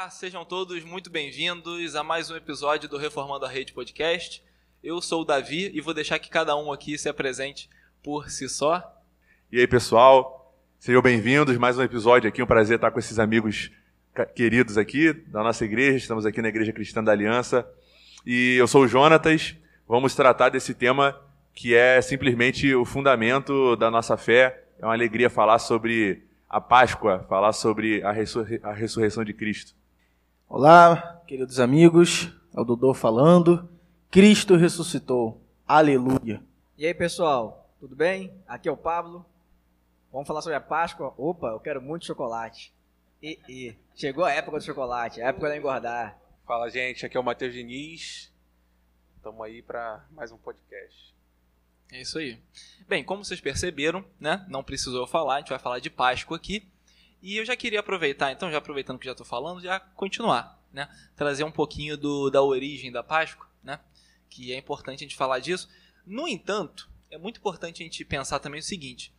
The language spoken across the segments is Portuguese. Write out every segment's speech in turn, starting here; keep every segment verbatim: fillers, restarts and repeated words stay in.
Olá, sejam todos muito bem-vindos a mais um episódio do Reformando a Rede Podcast. Eu sou o Davi e vou deixar que cada um aqui se apresente por si só. E aí, pessoal, sejam bem-vindos, mais um episódio aqui, um prazer estar com esses amigos queridos aqui da nossa igreja, estamos aqui na Igreja Cristã da Aliança. E eu sou o Jonatas, vamos tratar desse tema que é simplesmente o fundamento da nossa fé. É uma alegria falar sobre a Páscoa, falar sobre a, ressurre- a ressurreição de Cristo. Olá, queridos amigos, é o Dodô falando. Cristo ressuscitou, aleluia. E aí, pessoal, tudo bem? Aqui é o Pablo. Vamos falar sobre a Páscoa. Opa, eu quero muito chocolate. E, e chegou a época do chocolate, a época de engordar. Fala, gente, aqui é o Matheus Diniz. Estamos aí para mais um podcast. É isso aí. Bem, como vocês perceberam, né, não precisou eu falar, a gente vai falar de Páscoa aqui. E eu já queria aproveitar, então, já aproveitando que já estou falando, já continuar, né, trazer um pouquinho do, da origem da Páscoa, né, que é importante a gente falar disso. No entanto, é muito importante a gente pensar também o seguinte,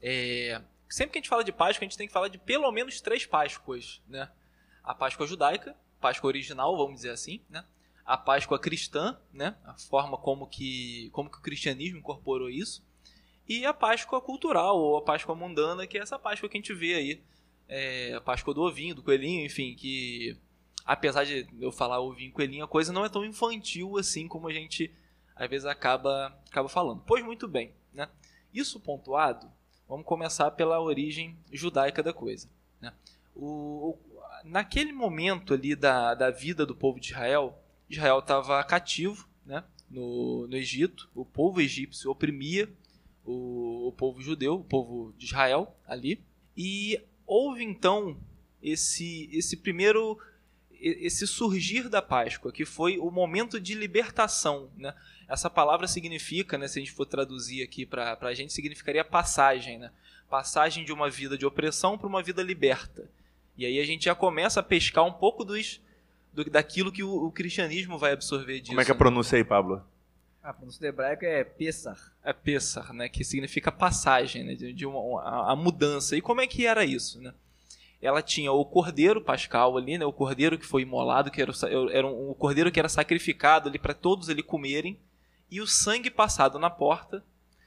é, sempre que a gente fala de Páscoa, a gente tem que falar de pelo menos três Páscoas, né? A Páscoa judaica, Páscoa original, vamos dizer assim, né? A Páscoa cristã, né? A forma como que, como que o cristianismo incorporou isso, e a Páscoa cultural, ou a Páscoa mundana, que é essa Páscoa que a gente vê aí, é, a Páscoa do ovinho, do coelhinho, enfim, que apesar de eu falar ovinho, coelhinho, a coisa não é tão infantil assim como a gente às vezes acaba, acaba falando. Pois muito bem, né? Isso pontuado, vamos começar pela origem judaica da coisa, né? O, o, naquele momento ali da, da vida do povo de Israel, Israel estava cativo, né, no, no Egito. O povo egípcio oprimia o, o povo judeu, o povo de Israel ali. E houve então esse, esse primeiro, esse surgir da Páscoa, que foi o momento de libertação, né? Essa palavra significa, né, se a gente for traduzir aqui para a gente, significaria passagem, né? Passagem de uma vida de opressão para uma vida liberta. E aí a gente já começa a pescar um pouco dos, do, daquilo que o, o cristianismo vai absorver disso. Como é que é a pronúncia aí, Pablo? A pronúncia do hebraico é Pessah. É Pessah, né, que significa passagem, né, de, de uma, uma, a mudança. E como é que era isso, né? Ela tinha o cordeiro pascal ali, né, o cordeiro que foi imolado, que era, o, era um, o cordeiro que era sacrificado ali para todos ali comerem, e o sangue passado na porta,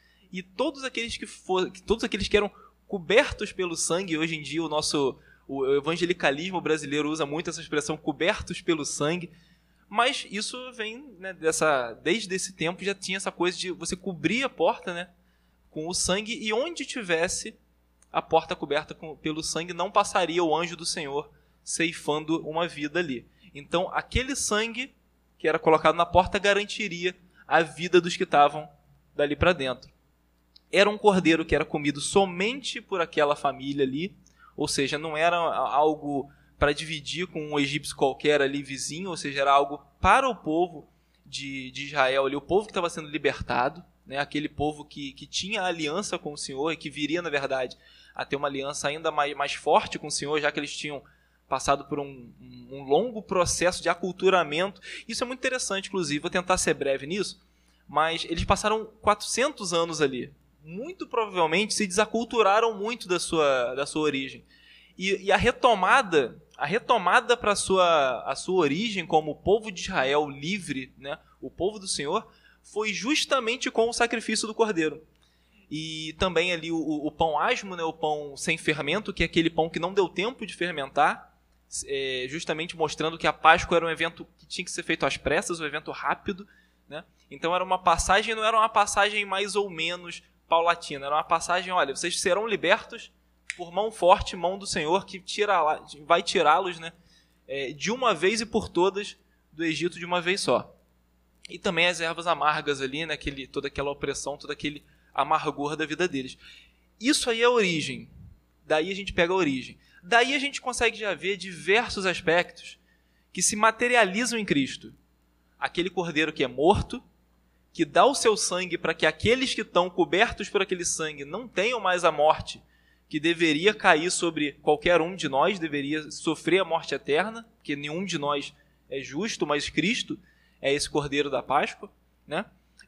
e todos aqueles que for, todos aqueles que eram cobertos pelo sangue. Hoje em dia o nosso o evangelicalismo brasileiro usa muito essa expressão, cobertos pelo sangue, mas isso vem, né, dessa, desde esse tempo já tinha essa coisa de você cobrir a porta, né, com o sangue, e onde tivesse a porta coberta com, pelo sangue, não passaria o anjo do Senhor ceifando uma vida ali. Então aquele sangue que era colocado na porta garantiria a vida dos que estavam dali para dentro. Era um cordeiro que era comido somente por aquela família ali, ou seja, não era algo para dividir com um egípcio qualquer ali vizinho, ou seja, era algo para o povo de, de Israel ali, o povo que estava sendo libertado, né? Aquele povo que, que tinha aliança com o Senhor e que viria, na verdade, a ter uma aliança ainda mais, mais forte com o Senhor, já que eles tinham passado por um, um longo processo de aculturamento. Isso é muito interessante, inclusive, vou tentar ser breve nisso, mas eles passaram quatrocentos anos ali. Muito provavelmente se desaculturaram muito da sua, da sua origem. E, e a retomada, a retomada para a sua, a sua origem como povo de Israel livre, né, o povo do Senhor, foi justamente com o sacrifício do cordeiro. E também ali o, o pão asmo, né, o pão sem fermento, que é aquele pão que não deu tempo de fermentar, é, justamente mostrando que a Páscoa era um evento que tinha que ser feito às pressas, um evento rápido, né? Então era uma passagem, não era uma passagem mais ou menos paulatina, era uma passagem, olha, vocês serão libertos por mão forte, mão do Senhor, que tira, vai tirá-los, né, é, de uma vez e por todas do Egito de uma vez só. E também as ervas amargas ali, né, aquele, toda aquela opressão, todo aquele amargor da vida deles. Isso aí é a origem. Daí a gente pega a origem. Daí a gente consegue já ver diversos aspectos que se materializam em Cristo. Aquele cordeiro que é morto, que dá o seu sangue para que aqueles que estão cobertos por aquele sangue não tenham mais a morte que deveria cair sobre qualquer um de nós, deveria sofrer a morte eterna, porque nenhum de nós é justo, mas Cristo é esse cordeiro da Páscoa, né?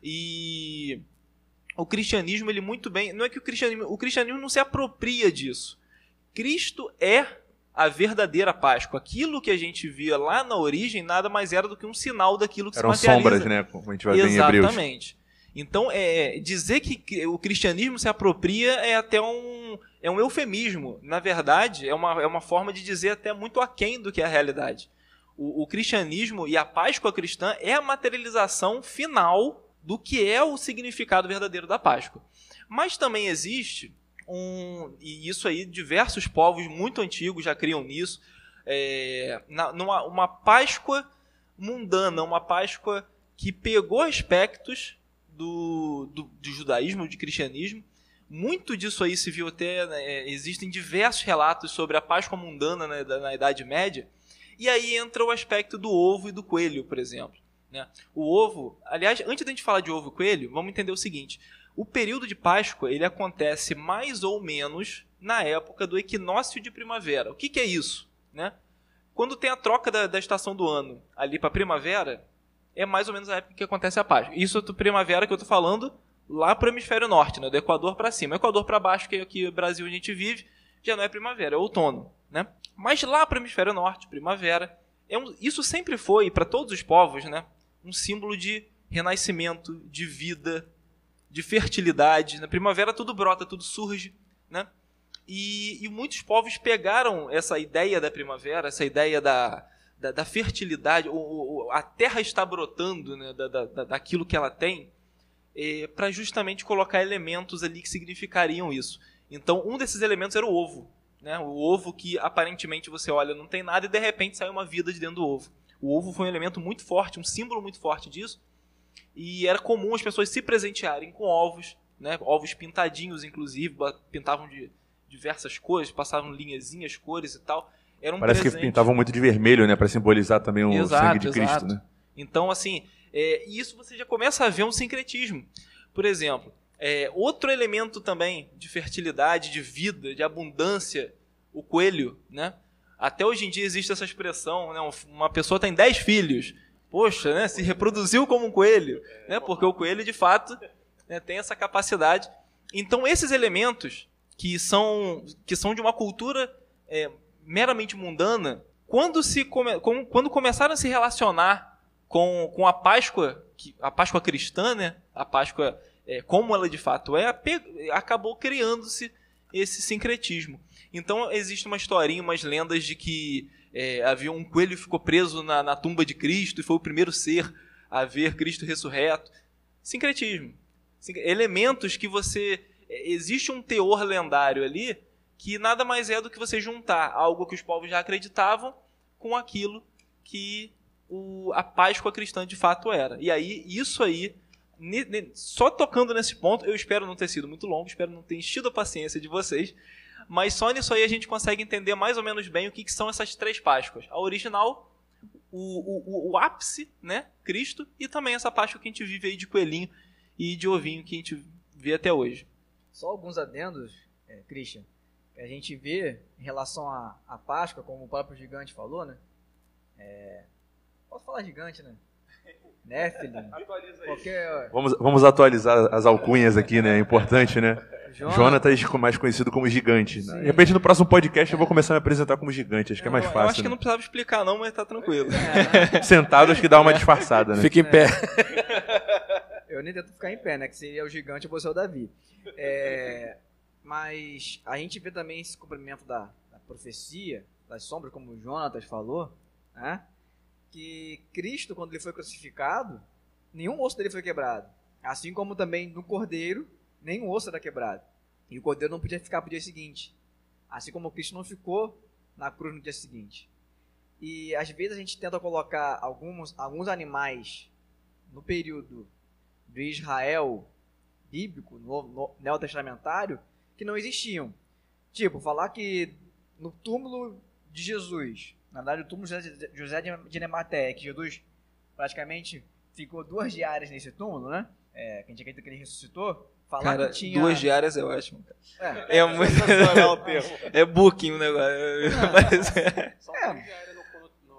E o cristianismo, ele muito bem, não é que o cristianismo, o cristianismo não se apropria disso. Cristo é a verdadeira Páscoa. Aquilo que a gente via lá na origem nada mais era do que um sinal daquilo que Eram se materializa. sombras, né? Como a gente vai ver em Hebreus. Exatamente. Então, é, dizer que o cristianismo se apropria é até um, é um eufemismo. Na verdade, é uma, é uma forma de dizer até muito aquém do que é a realidade. O, o cristianismo e a Páscoa cristã é a materialização final do que é o significado verdadeiro da Páscoa. Mas também existe um, e isso aí diversos povos muito antigos já criam nisso, é, na, numa, uma Páscoa mundana, uma Páscoa que pegou aspectos do, do, do judaísmo, do cristianismo. Muito disso aí se viu até, né, existem diversos relatos sobre a Páscoa mundana, né, da, na Idade Média, e aí entra o aspecto do ovo e do coelho, por exemplo. Né? O ovo, aliás, antes de a gente falar de ovo e coelho, vamos entender o seguinte: o período de Páscoa ele acontece mais ou menos na época do equinócio de primavera. O que, que é isso? Né? Quando tem a troca da, da estação do ano ali para primavera, é mais ou menos a época que acontece a Páscoa. Isso é primavera que eu estou falando lá para o hemisfério norte, né? Do Equador para cima. O Equador para baixo, que aqui no Brasil a gente vive, já não é primavera, é outono. Né? Mas lá para o hemisfério norte, primavera, é um, isso sempre foi, para todos os povos, né, um símbolo de renascimento, de vida, de fertilidade. Na primavera tudo brota, tudo surge. Né? E, e muitos povos pegaram essa ideia da primavera, essa ideia da, da, da fertilidade, o, o, a terra está brotando, né, da, da, daquilo que ela tem, é, para justamente colocar elementos ali que significariam isso. Então, um desses elementos era o ovo. Né? O ovo que aparentemente você olha não tem nada e de repente sai uma vida de dentro do ovo. O ovo foi um elemento muito forte, um símbolo muito forte disso. E era comum as pessoas se presentearem com ovos, né? Ovos pintadinhos, inclusive, pintavam de diversas cores, passavam linhazinhas, cores e tal. Era um Parece presente. que pintavam muito de vermelho, né? Para simbolizar também o Exato, sangue de Cristo. exato. Né? Então, assim, é, isso você já começa a ver um sincretismo. Por exemplo, é, outro elemento também de fertilidade, de vida, de abundância, o coelho, né? Até hoje em dia existe essa expressão, né? Uma pessoa tem dez filhos, poxa, né? Se reproduziu como um coelho, né? Porque o coelho, de fato, né, tem essa capacidade. Então, esses elementos que são, que são de uma cultura é, meramente mundana, quando, se come, quando começaram a se relacionar com, com a Páscoa, a Páscoa cristã, né? A Páscoa é, como ela de fato é, acabou criando-se esse sincretismo. Então existe uma historinha, umas lendas de que é, havia um coelho que ficou preso na, na tumba de Cristo e foi o primeiro ser a ver Cristo ressurreto. Sincretismo. Elementos que você... Existe um teor lendário ali que nada mais é do que você juntar algo que os povos já acreditavam com aquilo que o, a Páscoa cristã de fato era. E aí, isso aí, ne, ne, só tocando nesse ponto, eu espero não ter sido muito longo, espero não ter enchido a paciência de vocês, mas só nisso aí a gente consegue entender mais ou menos bem o que, que são essas três Páscoas. A original, o, o, o ápice, né, Cristo, e também essa Páscoa que a gente vive aí de coelhinho e de ovinho que a gente vê até hoje. Só alguns adendos, é, Christian, que a gente vê em relação à, à Páscoa, como o próprio gigante falou, né? É, posso falar gigante, né? Nephilim, qualquer... Vamos, vamos atualizar as alcunhas aqui, né? É importante, né? Jonas, Jonatas, mais conhecido como Gigante. Sim. De repente, no próximo podcast, eu vou começar a me apresentar como Gigante. Acho que é mais eu, fácil. Eu acho né? que não precisava explicar não, mas tá tranquilo. É, né? Sentado, acho que dá uma disfarçada, né? Fica em pé. Eu nem tento ficar em pé, né? Que seria o gigante e você é o Davi. É, mas a gente vê também esse cumprimento da, da profecia, das sombras, como o Jonatas falou, né? Que Cristo, quando ele foi crucificado, nenhum osso dele foi quebrado. Assim como também no Cordeiro, nenhum osso era quebrado. E o Cordeiro não podia ficar para o dia seguinte. Assim como Cristo não ficou na cruz no dia seguinte. E às vezes a gente tenta colocar alguns, alguns animais no período do Israel bíblico, no, no neotestamentário, que não existiam. Tipo, falar que no túmulo de Jesus, na verdade o túmulo de José de Arimateia, que Jesus praticamente ficou duas diárias nesse túmulo, né? É, que a gente acredita que ele ressuscitou. Falar Cara, que tinha... duas diárias é ótimo. Cara. É, É muito sensacional o termo. É booking o negócio. Mas, Só É. uma diária no, no,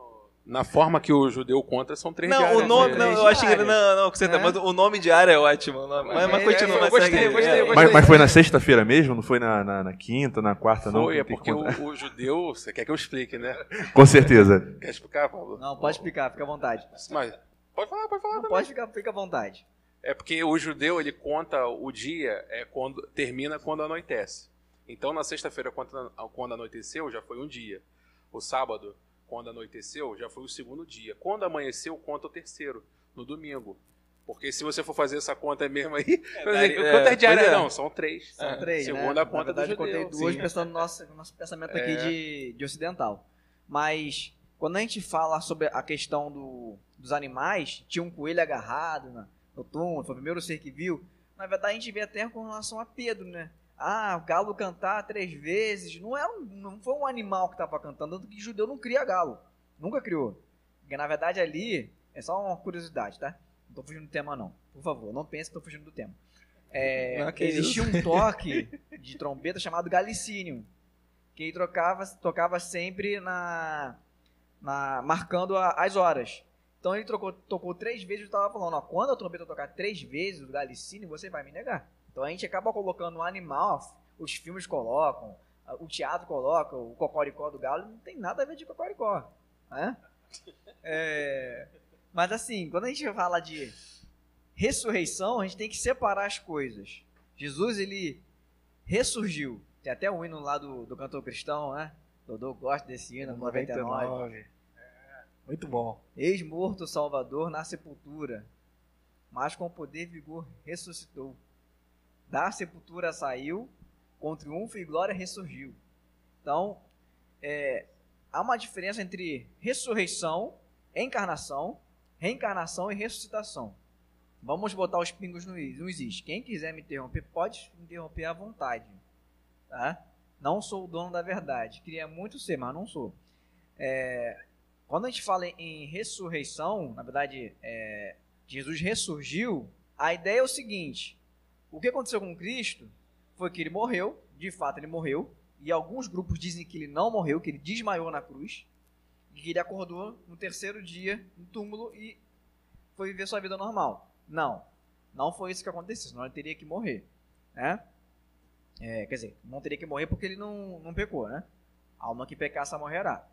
Na forma que o judeu conta, são três Não, diárias. o nome, né? não, eu achei que diárias. não, não, que você tá, É. mas o nome diário é ótimo. o nome- Mas, mas É, continua, eu mas gostei, segue. eu gostei, eu É. gostei. Mas, mas foi na sexta-feira mesmo? Não foi na, na, na quinta, na quarta, não? Foi, é Tem que porque o, contar. o judeu... Você quer que eu explique, né? Com certeza. Quer explicar, Pablo? Não, pode explicar, fica à vontade. Mas, pode falar, pode falar Não, também. pode ficar, fica à vontade. É porque o judeu, ele conta o dia, é quando termina quando anoitece. Então, na sexta-feira, quando, quando anoiteceu, já foi um dia. O sábado, quando anoiteceu, já foi o segundo dia. Quando amanheceu, conta o terceiro, no domingo. Porque se você for fazer essa conta mesmo aí, é, daria- quantas é, diárias? pois é. Não, são três. São É, três, né? Segundo a Na conta verdade, do eu contei judeu. duas Sim. pensando no nosso, no nosso pensamento aqui É. de, de ocidental. Mas, quando a gente fala sobre a questão do, dos animais, tinha um coelho agarrado na, no túmulo, foi o primeiro ser que viu. Na verdade, a gente vê até com relação a Pedro, né? Ah, o galo cantar três vezes. Não, era um, não foi um animal que estava cantando, tanto que judeu não cria galo. Nunca criou. Porque, na verdade, ali, é só uma curiosidade, tá? Não estou fugindo do tema, não. Por favor, não pense que estou fugindo do tema. É, Ah, que existia um toque de trombeta chamado galicínio, que ele trocava, tocava sempre na, na marcando a- as horas. Então ele trocou, tocou três vezes e estava falando, ó, quando a trombeta tocar três vezes o galicínio, você vai me negar. Então a gente acaba colocando um animal, os filmes colocam, o teatro coloca, o cocoricó do galo, não tem nada a ver de cocoricó. Né? É, mas assim, quando a gente fala de ressurreição, a gente tem que separar as coisas. Jesus, ele ressurgiu. Tem até um hino lá do, do cantor cristão, né? Dodô gosta desse hino, noventa e nove. Muito bom. Ex-morto Salvador na sepultura, mas com poder e vigor ressuscitou. Da sepultura saiu, com triunfo e glória ressurgiu. Então, é, há uma diferença entre ressurreição, encarnação, reencarnação e ressuscitação. Vamos botar os pingos no is. No is. Quem quiser me interromper, pode me interromper à vontade. Tá? Não sou o dono da verdade. Queria muito ser, mas não sou. É, quando a gente fala em ressurreição, na verdade, é, Jesus ressurgiu, a ideia é o seguinte: o que aconteceu com Cristo foi que ele morreu, de fato ele morreu, e alguns grupos dizem que ele não morreu, que ele desmaiou na cruz, e que ele acordou no terceiro dia no túmulo e foi viver sua vida normal. Não, não foi isso que aconteceu, senão ele teria que morrer, né? É, quer dizer, não teria que morrer porque ele não, não pecou, né? A alma que pecasse morrerá.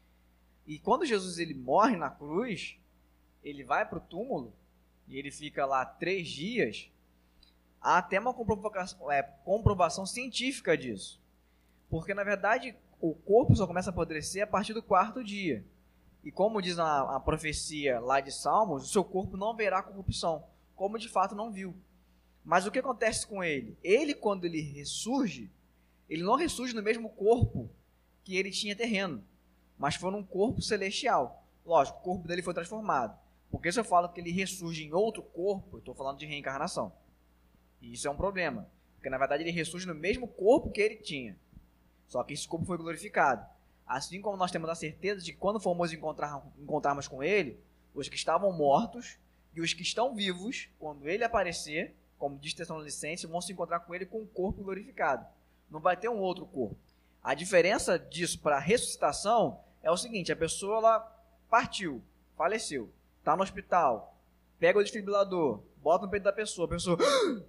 E quando Jesus ele morre na cruz, ele vai para o túmulo e ele fica lá três dias. Há até uma comprovação, é, comprovação científica disso. Porque, na verdade, o corpo só começa a apodrecer a partir do quarto dia. E como diz a, a profecia lá de Salmos, o seu corpo não verá corrupção, como de fato não viu. Mas o que acontece com ele? Ele, quando ele ressurge, ele não ressurge no mesmo corpo que ele tinha terreno, mas foi num corpo celestial. Lógico, o corpo dele foi transformado. Porque se eu falo que ele ressurge em outro corpo, eu estou falando de reencarnação. E isso é um problema. Porque, na verdade, ele ressurge no mesmo corpo que ele tinha. Só que esse corpo foi glorificado. Assim como nós temos a certeza de que quando formos encontrar, encontrarmos com ele, os que estavam mortos e os que estão vivos, quando ele aparecer, como diz Tessalonicenses, vão se encontrar com ele com um corpo glorificado. Não vai ter um outro corpo. A diferença disso para a ressuscitação é o seguinte: a pessoa ela partiu, faleceu, está no hospital, pega o desfibrilador, bota no peito da pessoa, a pessoa...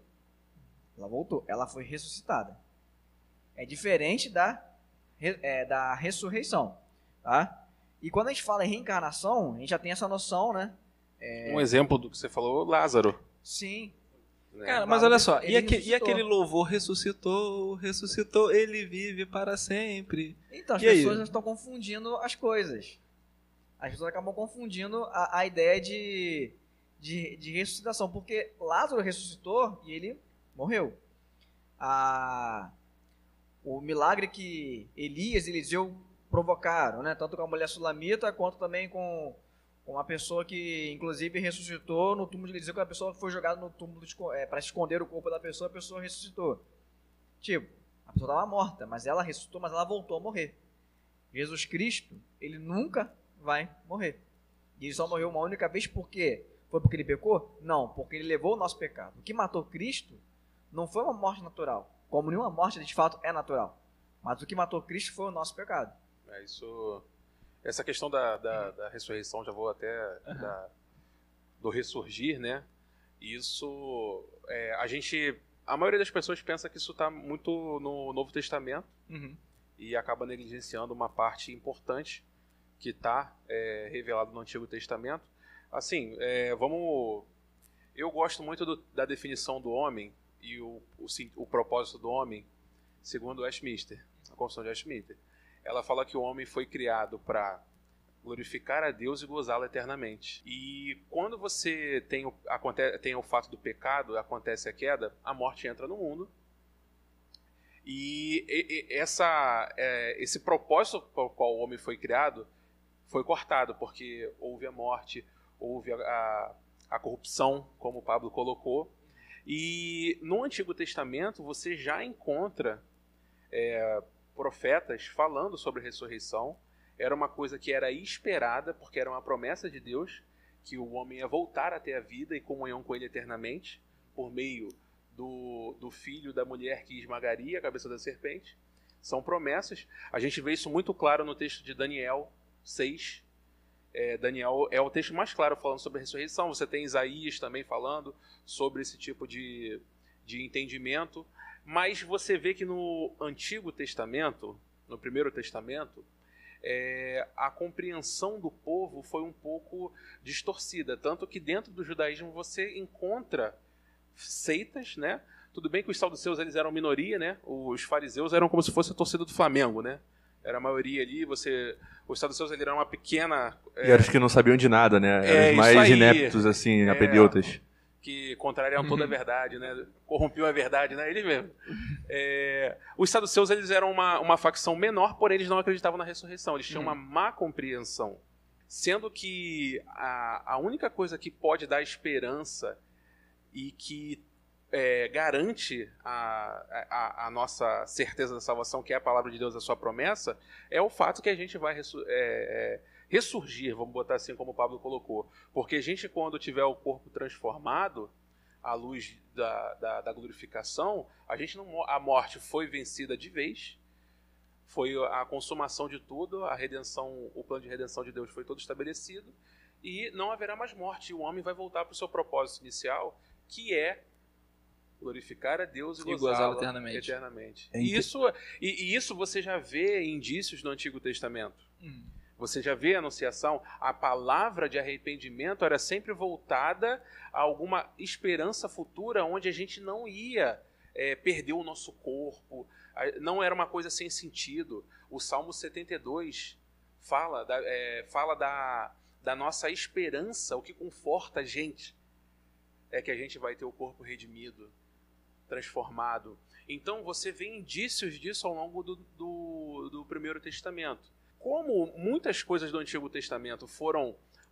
ela voltou, ela foi ressuscitada. É diferente da, é, da ressurreição, tá? E quando a gente fala em reencarnação, a gente já tem essa noção, né? É... Um exemplo do que você falou, Lázaro. Sim. Né? Cara, mas olha só, Ele e, aque- e ressuscitou. aquele louvor ressuscitou, ressuscitou, ele vive para sempre. Então, as E aí? pessoas estão confundindo as coisas. As pessoas acabam confundindo a, a ideia de, de, de ressuscitação, porque Lázaro ressuscitou e ele morreu. A, o milagre que Elias e Eliseu provocaram, né? Tanto com a mulher sulamita, quanto também com, com uma pessoa que, inclusive, ressuscitou no túmulo de Eliseu, que a pessoa foi jogada no túmulo é, para esconder o corpo da pessoa, a pessoa ressuscitou. Tipo, a pessoa estava morta, mas ela ressuscitou, mas ela voltou a morrer. Jesus Cristo, ele nunca vai morrer. E ele só morreu uma única vez, por quê? Foi porque ele pecou? Não, porque ele levou o nosso pecado. O que matou Cristo não foi uma morte natural, como nenhuma morte de fato é natural. Mas o que matou Cristo foi o nosso pecado. É, isso Essa questão da, da, da ressurreição, já vou até uhum. da, do ressurgir, né? Isso, é, a gente, a maioria das pessoas pensa que isso está muito no Novo Testamento uhum. e acaba negligenciando uma parte importante que está é, revelado no Antigo Testamento. Assim, é, vamos, eu gosto muito do, da definição do homem e o, o, o propósito do homem, segundo Westminster, a Constituição de Westminster. Ela fala que o homem foi criado para glorificar a Deus e gozá-lo eternamente. E quando você tem o, acontece, tem o fato do pecado, acontece a queda, a morte entra no mundo. E, e, e essa, é, esse propósito para o qual o homem foi criado foi cortado, porque houve a morte, houve a, a, a corrupção, como o Pablo colocou. E no Antigo Testamento você já encontra é, profetas falando sobre a ressurreição. Era uma coisa que era esperada, porque era uma promessa de Deus, que o homem ia voltar a ter a vida e comunhão com ele eternamente, por meio do, do filho da mulher que esmagaria a cabeça da serpente. São promessas. A gente vê isso muito claro no texto de Daniel seis. É, Daniel é o texto mais claro falando sobre a ressurreição. Você tem Isaías também falando sobre esse tipo de, de entendimento. Mas você vê que no Antigo Testamento, no Primeiro Testamento, é, a compreensão do povo foi um pouco distorcida. Tanto que dentro do judaísmo você encontra seitas, né? Tudo bem que os saduceus eles eram minoria, né? Os fariseus eram como se fosse a torcida do Flamengo, né? Era a maioria ali, você... Os saduceus eles eram uma pequena... E eram os que não sabiam de nada, né? Eram é, os mais aí, ineptos, assim, é, apedeutas. Que contrariam uhum. toda a verdade, né? Corrompiam a verdade, né? Eles mesmos. É, os saduceus eles eram uma, uma facção menor, porém eles não acreditavam na ressurreição. Eles tinham uhum. uma má compreensão. Sendo que a, a única coisa que pode dar esperança e que é, garante a, a, a nossa certeza da salvação, que é a palavra de Deus, a sua promessa, é o fato que a gente vai ressu- é, é, ressurgir, vamos botar assim como o Pablo colocou. Porque a gente, quando tiver o corpo transformado, à luz da, da, da glorificação, a, gente não, a morte foi vencida de vez, foi a consumação de tudo, a redenção, o plano de redenção de Deus foi todo estabelecido, e não haverá mais morte, e o homem vai voltar para o seu propósito inicial, que é glorificar a Deus e, e gozá-lo eternamente. eternamente. E, isso, e, e isso você já vê indícios no Antigo Testamento. Hum. Você já vê a anunciação, a palavra de arrependimento era sempre voltada a alguma esperança futura onde a gente não ia é, perder o nosso corpo, não era uma coisa sem sentido. O Salmo setenta e dois fala da, é, fala da, da nossa esperança, o que conforta a gente é que a gente vai ter o corpo redimido, transformado. Então você vê indícios disso ao longo do, do, do Primeiro Testamento. Como muitas coisas do Antigo Testamento foram,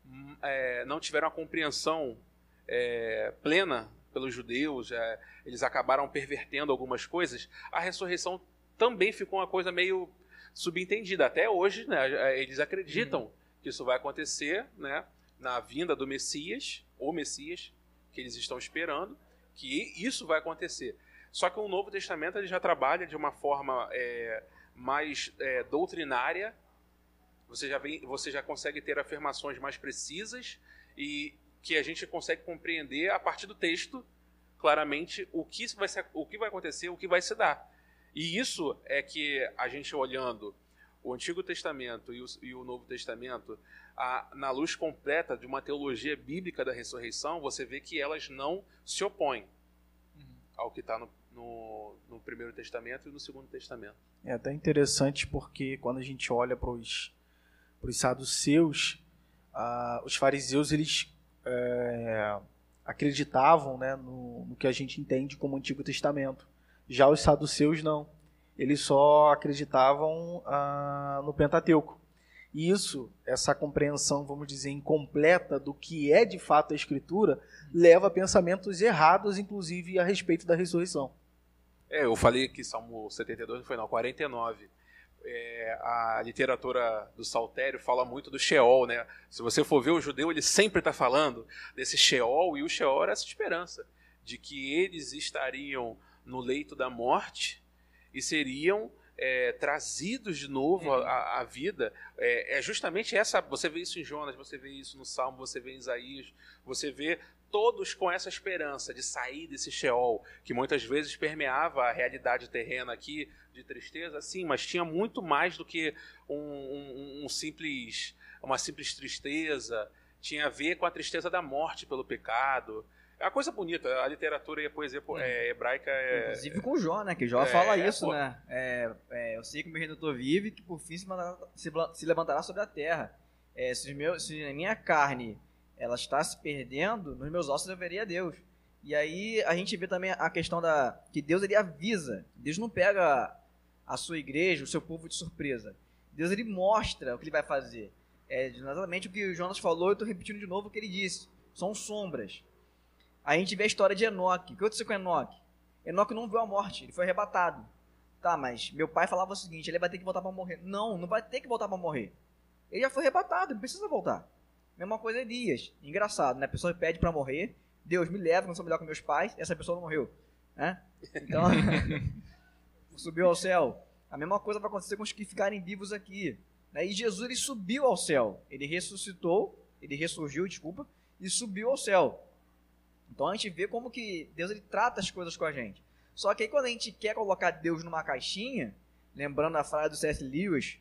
é, não tiveram a compreensão é, plena pelos judeus, é, eles acabaram pervertendo algumas coisas, a ressurreição também ficou uma coisa meio subentendida. Até hoje, né, eles acreditam uhum. que isso vai acontecer, né, na vinda do Messias, o Messias, que eles estão esperando, que isso vai acontecer. Só que o Novo Testamento ele já trabalha de uma forma é, mais é, doutrinária. Você já, vem, você já consegue ter afirmações mais precisas e que a gente consegue compreender a partir do texto claramente o que vai, ser, o que vai acontecer, o que vai se dar. E isso é que a gente olhando o Antigo Testamento e o, e o Novo Testamento a, na luz completa de uma teologia bíblica da ressurreição, você vê que elas não se opõem uhum. ao que está no, no, no Primeiro Testamento e no Segundo Testamento. É até interessante porque quando a gente olha para os os saduceus, ah, os fariseus eles é, acreditavam, né, no, no que a gente entende como Antigo Testamento. Já os saduceus não. Eles só acreditavam ah, no Pentateuco. E isso, essa compreensão, vamos dizer, incompleta do que é de fato a Escritura, leva a pensamentos errados, inclusive a respeito da ressurreição. É, eu falei que Salmo setenta e dois não foi não, quarenta e nove. É, a literatura do Saltério fala muito do Sheol, né? Se você for ver o judeu, ele sempre está falando desse Sheol, e o Sheol era essa esperança, de que eles estariam no leito da morte e seriam é, trazidos de novo à, à vida. É, é justamente essa, você vê isso em Jonas, você vê isso no Salmo, você vê em Isaías, você vê todos com essa esperança de sair desse Sheol, que muitas vezes permeava a realidade terrena aqui, de tristeza, sim, mas tinha muito mais do que um, um, um simples, uma simples tristeza, tinha a ver com a tristeza da morte pelo pecado. É uma coisa bonita, a literatura e a poesia é, hebraica é... Inclusive com Jó, né? Que Jó é, fala é, isso, pô. né? É, é, eu sei que o meu Redentor vive, que por fim se, mandará, se, se levantará sobre a terra. É, se, os meus, se a minha carne ela está se perdendo, nos meus ossos eu verei a Deus. E aí a gente vê também a questão da que Deus ele avisa. Deus não pega a sua igreja, o seu povo de surpresa. Deus ele mostra o que ele vai fazer. É exatamente o que o Jonas falou, eu estou repetindo de novo o que ele disse. São sombras. A gente vê a história de Enoque. O que aconteceu com Enoque? Enoque não viu a morte, ele foi arrebatado. Tá, mas meu pai falava o seguinte, ele vai ter que voltar para morrer. Não, não vai ter que voltar para morrer. Ele já foi arrebatado, não precisa voltar. Mesma coisa Elias. Engraçado, né? A pessoa pede para morrer, Deus me leva, não sou melhor que meus pais, essa pessoa não morreu. Né? Então, subiu ao céu. A mesma coisa vai acontecer com os que ficarem vivos aqui. Né? E Jesus ele subiu ao céu. Ele ressuscitou, ele ressurgiu, desculpa, e subiu ao céu. Então a gente vê como que Deus ele trata as coisas com a gente. Só que aí quando a gente quer colocar Deus numa caixinha, lembrando a frase do C S Lewis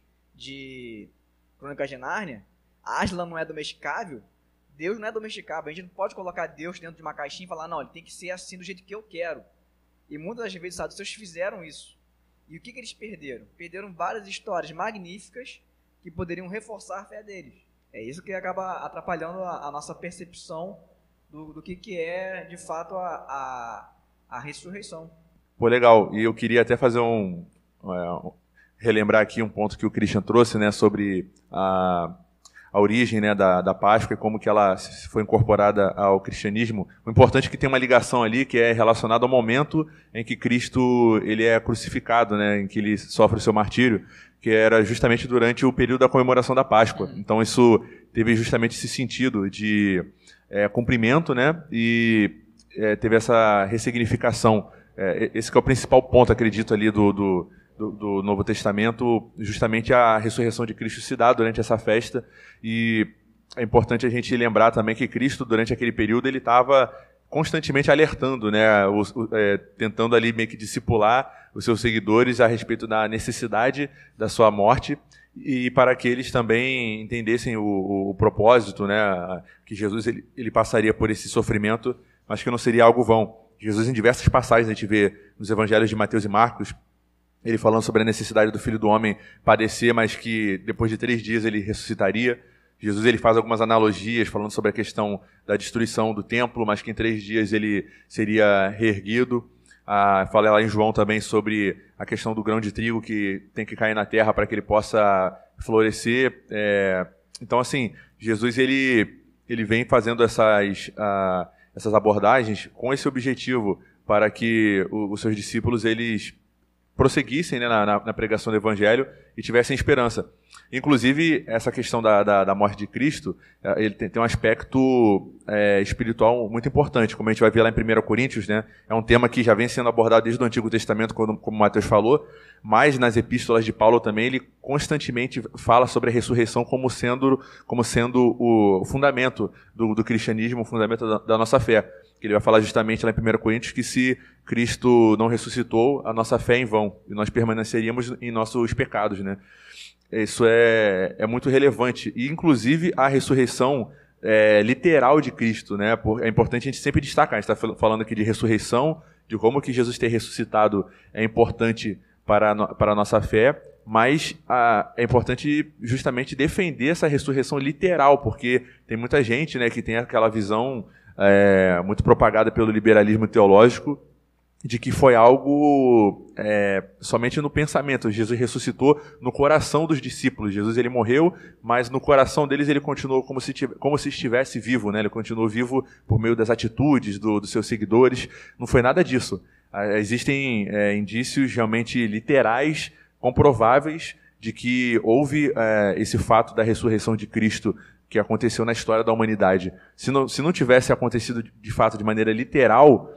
de Crônicas de Nárnia, Aslan não é domesticável, Deus não é domesticável. A gente não pode colocar Deus dentro de uma caixinha e falar, não, ele tem que ser assim do jeito que eu quero. E muitas das vezes os saduceus fizeram isso. E o que, que eles perderam? Perderam várias histórias magníficas que poderiam reforçar a fé deles. É isso que acaba atrapalhando a, a nossa percepção do, do que, que é, de fato, a, a, a ressurreição. Pô, legal. E eu queria até fazer um... É, relembrar aqui um ponto que o Christian trouxe, né, sobre a, a origem, né, da, da Páscoa e como que ela foi incorporada ao cristianismo. O importante é que tem uma ligação ali que é relacionada ao momento em que Cristo ele é crucificado, né, em que ele sofre o seu martírio, que era justamente durante o período da comemoração da Páscoa. Então isso teve justamente esse sentido de é, cumprimento, né, e é, teve essa ressignificação. É, esse que é o principal ponto, acredito, ali do, do, do, do Novo Testamento, justamente a ressurreição de Cristo se dá durante essa festa. E é importante a gente lembrar também que Cristo, durante aquele período, ele estava constantemente alertando, né, o, o, é, tentando ali meio que discipular os seus seguidores a respeito da necessidade da sua morte e para que eles também entendessem o, o, o propósito, né, que Jesus ele, ele passaria por esse sofrimento, mas que não seria algo vão. Jesus, em diversas passagens, a gente vê nos evangelhos de Mateus e Marcos, ele falando sobre a necessidade do Filho do Homem padecer, mas que depois de três dias ele ressuscitaria. Jesus ele faz algumas analogias falando sobre a questão da destruição do templo, mas que em três dias ele seria reerguido. Ah, fala lá em João também sobre a questão do grão de trigo que tem que cair na terra para que ele possa florescer. É, então, assim, Jesus ele, ele vem fazendo essas... Ah, essas abordagens com esse objetivo para que o, os seus discípulos eles prosseguissem, né, na, na pregação do Evangelho e tivessem esperança. Inclusive, essa questão da, da, da morte de Cristo, ele tem, tem um aspecto é, espiritual muito importante, como a gente vai ver lá em primeira Coríntios, né? É um tema que já vem sendo abordado desde o Antigo Testamento, como, como o Mateus falou, mas nas epístolas de Paulo também, ele constantemente fala sobre a ressurreição como sendo, como sendo o fundamento do, do cristianismo, o fundamento da, da nossa fé. Ele vai falar justamente lá em primeira Coríntios que se Cristo não ressuscitou, a nossa fé é em vão, e nós permaneceríamos em nossos pecados, né? Isso é, é muito relevante. E, inclusive, a ressurreição é, literal de Cristo, né? É importante a gente sempre destacar. A gente está falando aqui de ressurreição, de como que Jesus ter ressuscitado é importante para a, no, para a nossa fé, mas a, é importante justamente defender essa ressurreição literal, porque tem muita gente, né, que tem aquela visão é, muito propagada pelo liberalismo teológico, de que foi algo é, somente no pensamento. Jesus ressuscitou no coração dos discípulos. Jesus ele morreu, mas no coração deles ele continuou como se, tivesse, como se estivesse vivo, né? Ele continuou vivo por meio das atitudes do, dos seus seguidores. Não foi nada disso. Ah, existem é, indícios realmente literais, comprováveis, de que houve é, esse fato da ressurreição de Cristo que aconteceu na história da humanidade. Se não, se não tivesse acontecido de fato de maneira literal,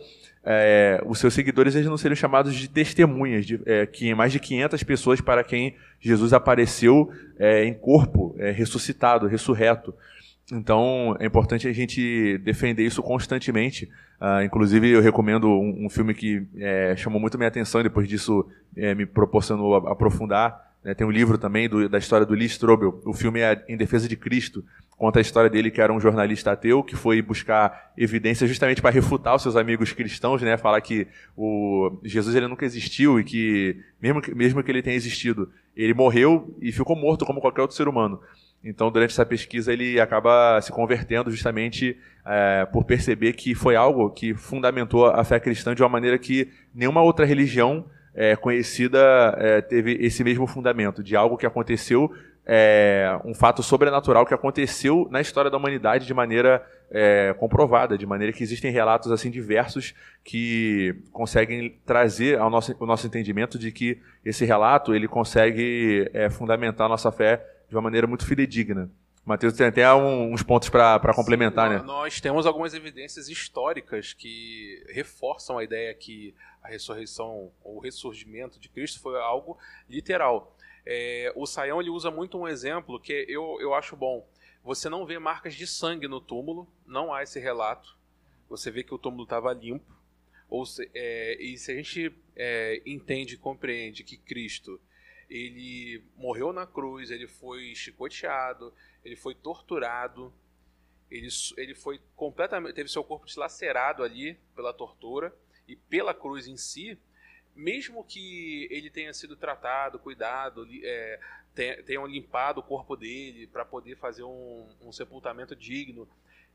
é, os seus seguidores eles não seriam chamados de testemunhas, de, é, que mais de quinhentas pessoas para quem Jesus apareceu é, em corpo, é, ressuscitado, ressurreto. Então, é importante a gente defender isso constantemente. Uh, inclusive, eu recomendo um, um filme que é, chamou muito minha atenção e depois disso é, me proporcionou aprofundar. Né? Tem um livro também do, da história do Lee Strobel. O filme é Em Defesa de Cristo. Conta a história dele, que era um jornalista ateu, que foi buscar evidência justamente para refutar os seus amigos cristãos, né? Falar que o Jesus ele nunca existiu e que mesmo, que, mesmo que ele tenha existido, ele morreu e ficou morto como qualquer outro ser humano. Então, durante essa pesquisa, ele acaba se convertendo justamente é, por perceber que foi algo que fundamentou a fé cristã de uma maneira que nenhuma outra religião é, conhecida é, teve esse mesmo fundamento, de algo que aconteceu, é, um fato sobrenatural que aconteceu na história da humanidade de maneira é, comprovada, de maneira que existem relatos assim diversos que conseguem trazer ao nosso, o nosso entendimento de que esse relato ele consegue é, fundamentar a nossa fé de uma maneira muito fidedigna. Matheus tem até um, uns pontos para complementar, Sim, né? Nós temos algumas evidências históricas que reforçam a ideia que a ressurreição ou o ressurgimento de Cristo foi algo literal. É, o Saião ele usa muito um exemplo que eu, eu acho bom. Você não vê marcas de sangue no túmulo, não há esse relato. Você vê que o túmulo estava limpo. Ou se, é, e se a gente é, entende e compreende que Cristo ele morreu na cruz, ele foi chicoteado, ele foi torturado, ele, ele foi completamente, teve seu corpo dilacerado ali pela tortura e pela cruz em si. Mesmo que ele tenha sido tratado, cuidado, é, tenham limpado o corpo dele para poder fazer um, um sepultamento digno,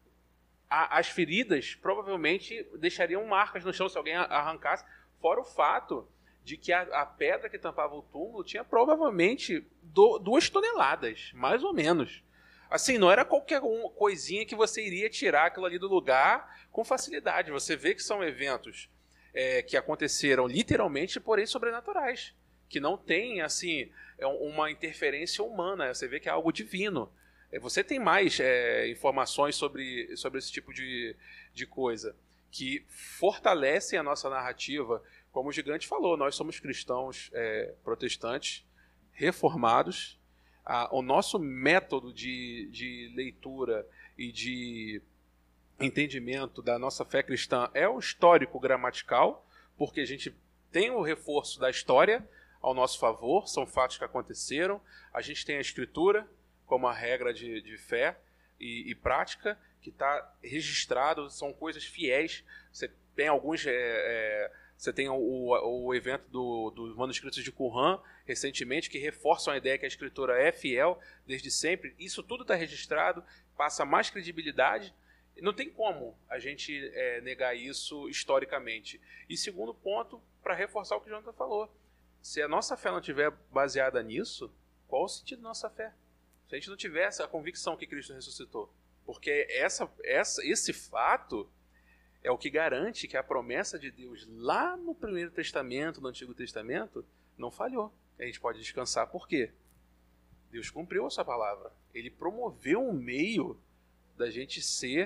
a, as feridas provavelmente deixariam marcas no chão se alguém arrancasse, fora o fato de que a, a pedra que tampava o túmulo tinha provavelmente do, duas toneladas, mais ou menos. Assim, não era qualquer um, coisinha que você iria tirar aquilo ali do lugar com facilidade. Você vê que são eventos é, que aconteceram literalmente, porém sobrenaturais, que não tem assim uma interferência humana. Você vê que é algo divino. Você tem mais é, informações sobre, sobre esse tipo de, de coisa que fortalecem a nossa narrativa. Como o Gigante falou, nós somos cristãos é, protestantes, reformados. Ah, o nosso método de, de leitura e de entendimento da nossa fé cristã é o histórico gramatical, porque a gente tem o reforço da história ao nosso favor, são fatos que aconteceram. A gente tem a escritura como a regra de, de fé e, e prática, que está registrado, são coisas fiéis. Você tem alguns... É, é, Você tem o, o, o evento do, dos manuscritos de Qumran, recentemente, que reforçam a ideia que a escritura é fiel desde sempre. Isso tudo está registrado, passa mais credibilidade. Não tem como a gente é, negar isso historicamente. E segundo ponto, para reforçar o que o Jonathan falou, se a nossa fé não estiver baseada nisso, qual o sentido da nossa fé? Se a gente não tivesse a convicção que Cristo ressuscitou. Porque essa, essa, esse fato... é o que garante que a promessa de Deus lá no Primeiro Testamento, no Antigo Testamento, não falhou. A gente pode descansar. Por quê? Deus cumpriu a sua palavra. Ele promoveu um meio da gente ser,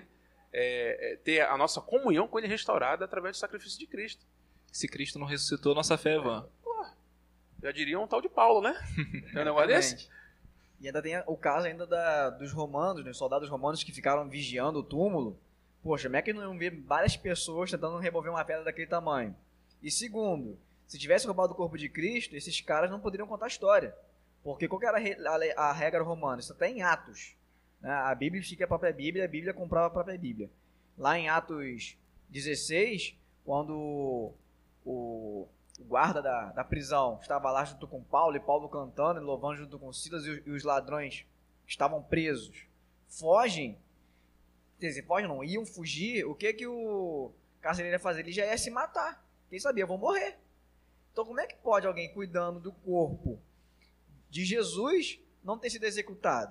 é, ter a nossa comunhão com Ele restaurada através do sacrifício de Cristo. Se Cristo não ressuscitou, nossa fé é vã. Pô, já diria um tal de Paulo, né? É um negócio desse? E ainda tem o caso ainda da, dos romanos, né, soldados romanos que ficaram vigiando o túmulo. Poxa, como é que não vê várias pessoas tentando remover uma pedra daquele tamanho? E segundo, se tivesse roubado o corpo de Cristo, esses caras não poderiam contar a história. Porque qual que era a regra romana? Isso está em Atos. Né? A Bíblia fica a própria Bíblia, a Bíblia comprava a própria Bíblia. Lá em Atos dezesseis, quando o, o guarda da, da prisão estava lá junto com Paulo, e Paulo cantando e louvando junto com Silas, e, e os ladrões estavam presos, fogem. Quer dizer, fogem não, iam fugir, o que que o carcereiro ia fazer? Ele já ia se matar. Quem sabia, vão morrer. Então como é que pode alguém cuidando do corpo de Jesus não ter sido executado?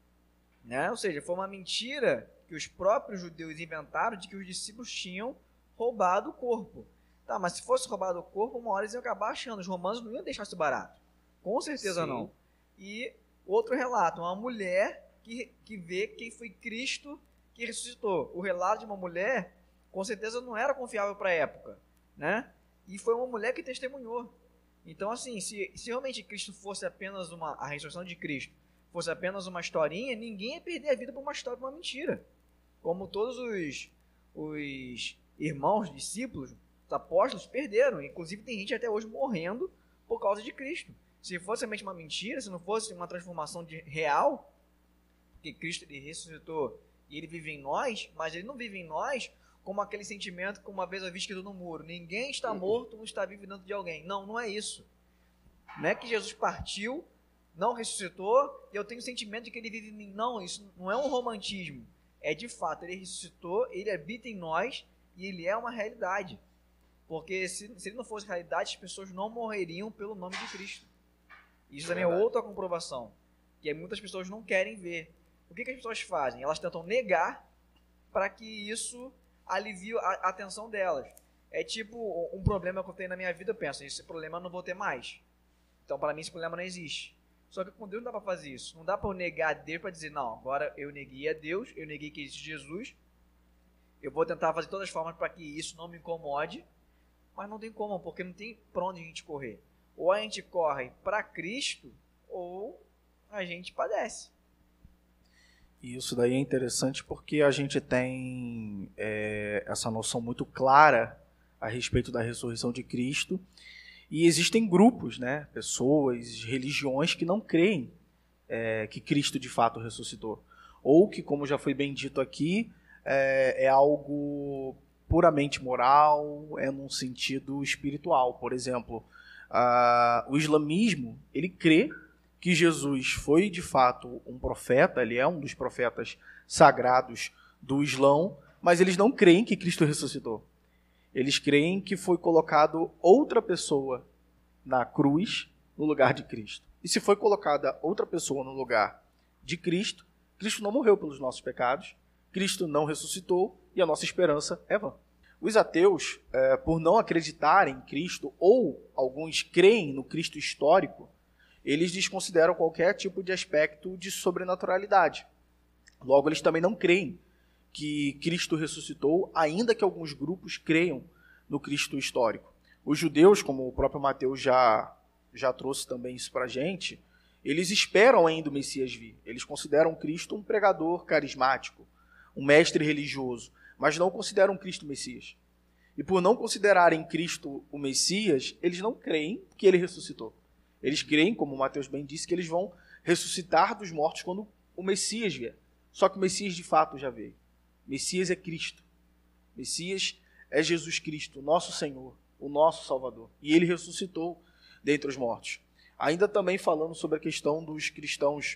Né? Ou seja, foi uma mentira que os próprios judeus inventaram de que os discípulos tinham roubado o corpo. Tá, mas se fosse roubado o corpo, uma hora eles iam acabar achando. Os romanos não iam deixar isso barato. Com certeza Sim. não. E outro relato, uma mulher que, que vê quem foi Cristo que ressuscitou. O relato de uma mulher com certeza não era confiável para a época, né? E foi uma mulher que testemunhou. Então, assim, se, se realmente Cristo fosse apenas uma... A ressurreição de Cristo fosse apenas uma historinha, ninguém ia perder a vida por uma história, por uma mentira. Como todos os, os irmãos, discípulos, os apóstolos perderam. Inclusive, tem gente até hoje morrendo por causa de Cristo. Se fosse realmente uma mentira, se não fosse uma transformação de real, porque Cristo ele ressuscitou e ele vive em nós, mas ele não vive em nós como aquele sentimento que uma vez eu vi escrito no muro: ninguém está morto, não está vivo dentro de alguém. Não, não é isso. Não é que Jesus partiu, não ressuscitou, e eu tenho o sentimento de que ele vive em mim. Não, isso não é um romantismo. É de fato, ele ressuscitou, ele habita em nós e ele é uma realidade. Porque se, se ele não fosse realidade, as pessoas não morreriam pelo nome de Cristo. Isso também é outra comprovação, que muitas pessoas não querem ver. O que, que as pessoas fazem? Elas tentam negar para que isso alivie a atenção delas. É tipo um problema que eu tenho na minha vida, eu penso, esse problema eu não vou ter mais. Então, para mim, esse problema não existe. Só que com Deus não dá para fazer isso. Não dá para eu negar a Deus para dizer, não, agora eu neguei a Deus, eu neguei que existe Jesus, eu vou tentar fazer todas as formas para que isso não me incomode, mas não tem como, porque não tem para onde a gente correr. Ou a gente corre para Cristo, ou a gente padece. E isso daí é interessante porque a gente tem é, essa noção muito clara a respeito da ressurreição de Cristo. E existem grupos, né, pessoas, religiões que não creem é, que Cristo de fato ressuscitou. Ou que, como já foi bem dito aqui, é, é algo puramente moral, é num sentido espiritual. Por exemplo, a, o islamismo, ele crê que Jesus foi de fato um profeta, ele é um dos profetas sagrados do Islão, mas eles não creem que Cristo ressuscitou. Eles creem que foi colocado outra pessoa na cruz no lugar de Cristo. E se foi colocada outra pessoa no lugar de Cristo, Cristo não morreu pelos nossos pecados, Cristo não ressuscitou e a nossa esperança é vã. Os ateus, é, por não acreditarem em Cristo, ou alguns creem no Cristo histórico, eles desconsideram qualquer tipo de aspecto de sobrenaturalidade. Logo, eles também não creem que Cristo ressuscitou, ainda que alguns grupos creiam no Cristo histórico. Os judeus, como o próprio Mateus já, já trouxe também isso para a gente, eles esperam ainda o Messias vir. Eles consideram Cristo um pregador carismático, um mestre religioso, mas não consideram Cristo o Messias. E por não considerarem Cristo o Messias, eles não creem que ele ressuscitou. Eles creem, como o Mateus bem disse, que eles vão ressuscitar dos mortos quando o Messias vier. Só que o Messias de fato já veio. Messias é Cristo. Messias é Jesus Cristo, o nosso Senhor, o nosso Salvador. E ele ressuscitou dentre os mortos. Ainda também falando sobre a questão dos cristãos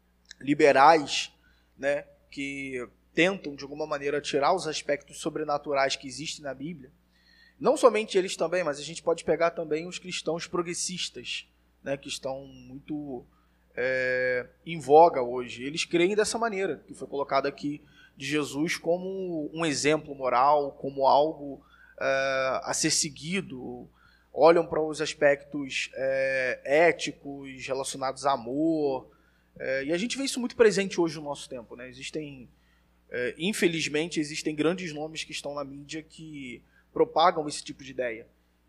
liberais, né, que tentam, de alguma maneira, tirar os aspectos sobrenaturais que existem na Bíblia. Não somente eles também, mas a gente pode pegar também os cristãos progressistas, né, que estão muito é, em voga hoje. Eles creem dessa maneira, que foi colocado aqui, de Jesus como um exemplo moral, como algo é, a ser seguido. Olham para os aspectos é, éticos relacionados a amor. É, e a gente vê isso muito presente hoje no nosso tempo, né? Existem, é, infelizmente, existem grandes nomes que estão na mídia que propagam esse tipo de ideia.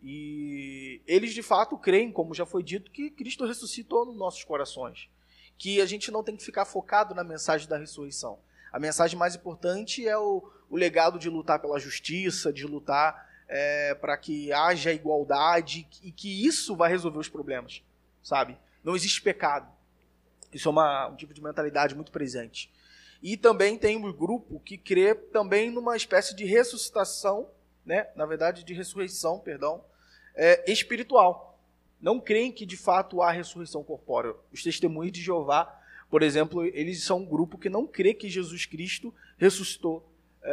E eles, de fato, creem, como já foi dito, que Cristo ressuscitou nos nossos corações. Que a gente não tem que ficar focado na mensagem da ressurreição. A mensagem mais importante é o, o legado de lutar pela justiça, de lutar é, para que haja igualdade e que isso vai resolver os problemas, sabe? Não existe pecado. Isso é uma, um tipo de mentalidade muito presente. E também tem um grupo que crê também numa espécie de ressuscitação, né? Na verdade, de ressurreição, perdão, é, espiritual. Não creem que, de fato, há ressurreição corpórea. Os testemunhos de Jeová, por exemplo, eles são um grupo que não crê que Jesus Cristo ressuscitou,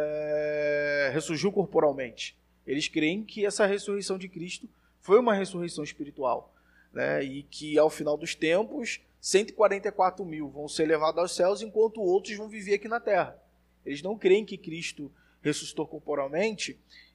é, ressurgiu corporalmente. Eles creem que essa ressurreição de Cristo foi uma ressurreição espiritual, né? E que, ao final dos tempos, cento e quarenta e quatro mil vão ser levados aos céus, enquanto outros vão viver aqui na terra. Eles não creem que Cristo ressuscitou corporalmente,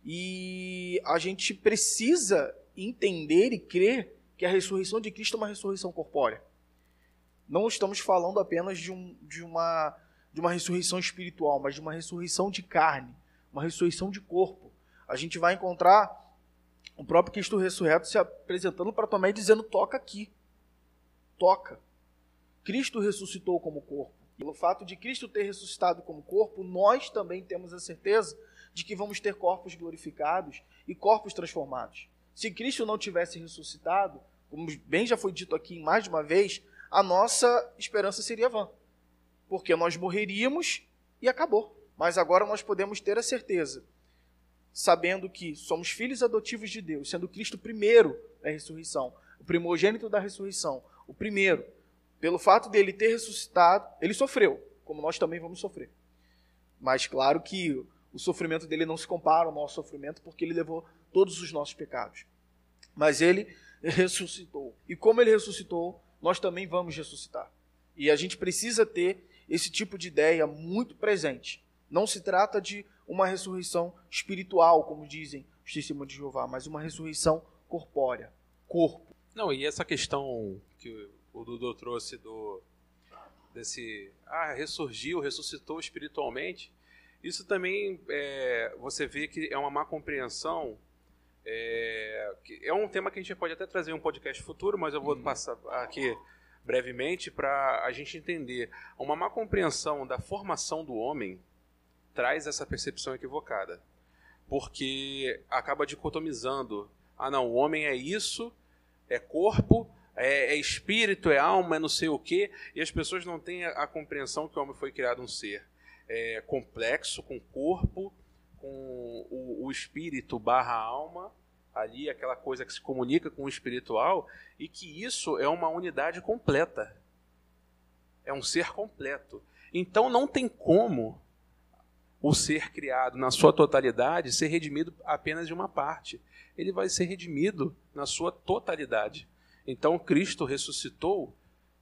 e a gente precisa entender e crer que a ressurreição de Cristo é uma ressurreição corpórea. Não estamos falando apenas de, um, de, uma, de uma ressurreição espiritual, mas de uma ressurreição de carne, uma ressurreição de corpo. A gente vai encontrar o próprio Cristo ressurreto se apresentando para Tomé e dizendo, toca aqui, toca. Cristo ressuscitou como corpo. Pelo fato de Cristo ter ressuscitado como corpo, nós também temos a certeza de que vamos ter corpos glorificados e corpos transformados. Se Cristo não tivesse ressuscitado, como bem já foi dito aqui mais de uma vez, a nossa esperança seria vã. Porque nós morreríamos e acabou. Mas agora nós podemos ter a certeza, sabendo que somos filhos adotivos de Deus, sendo Cristo o primeiro da ressurreição, o primogênito da ressurreição, o primeiro. Pelo fato dele ter ressuscitado, ele sofreu, como nós também vamos sofrer. Mas claro que o sofrimento dele não se compara ao nosso sofrimento, porque ele levou todos os nossos pecados. Mas ele ressuscitou. E como ele ressuscitou, nós também vamos ressuscitar. E a gente precisa ter esse tipo de ideia muito presente. Não se trata de uma ressurreição espiritual, como dizem os testemunhos de Jeová, mas uma ressurreição corpórea, corpo. Não, e essa questão que o Dudu trouxe do desse ah, ressurgiu, ressuscitou espiritualmente, isso também é, você vê que é uma má compreensão. É, que é um tema que a gente pode até trazer em um podcast futuro, mas eu vou passar aqui brevemente para a gente entender. Uma má compreensão da formação do homem traz essa percepção equivocada, porque acaba dicotomizando. Ah, não, o homem é isso, é corpo, é, é espírito, é alma, é não sei o quê, e as pessoas não têm a, a compreensão que o homem foi criado um ser é, complexo, com corpo, com o, o espírito barra alma, ali aquela coisa que se comunica com o espiritual, e que isso é uma unidade completa. É um ser completo. Então não tem como o ser criado na sua totalidade ser redimido apenas de uma parte. Ele vai ser redimido na sua totalidade. Então Cristo ressuscitou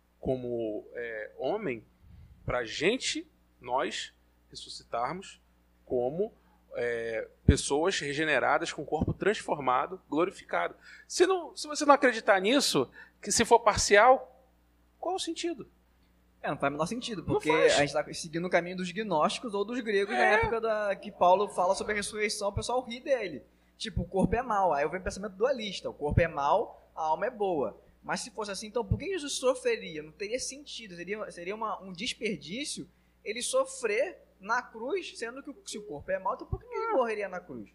como é, homem para a gente, nós, ressuscitarmos como é, pessoas regeneradas com corpo transformado, glorificado. Se, não, se você não acreditar nisso, que se for parcial, qual é o sentido? É, não faz o menor sentido, porque a gente está seguindo o caminho dos gnósticos ou dos gregos, é. na época da, que Paulo fala sobre a ressurreição, o pessoal ri dele. Tipo, o corpo é mau. Aí eu venho o pensamento dualista. O corpo é mau, a alma é boa. Mas se fosse assim, então por que Jesus sofreria? Não teria sentido. Seria, seria uma, um desperdício ele sofrer na cruz, sendo que se o corpo é mau, então por que ele morreria na cruz?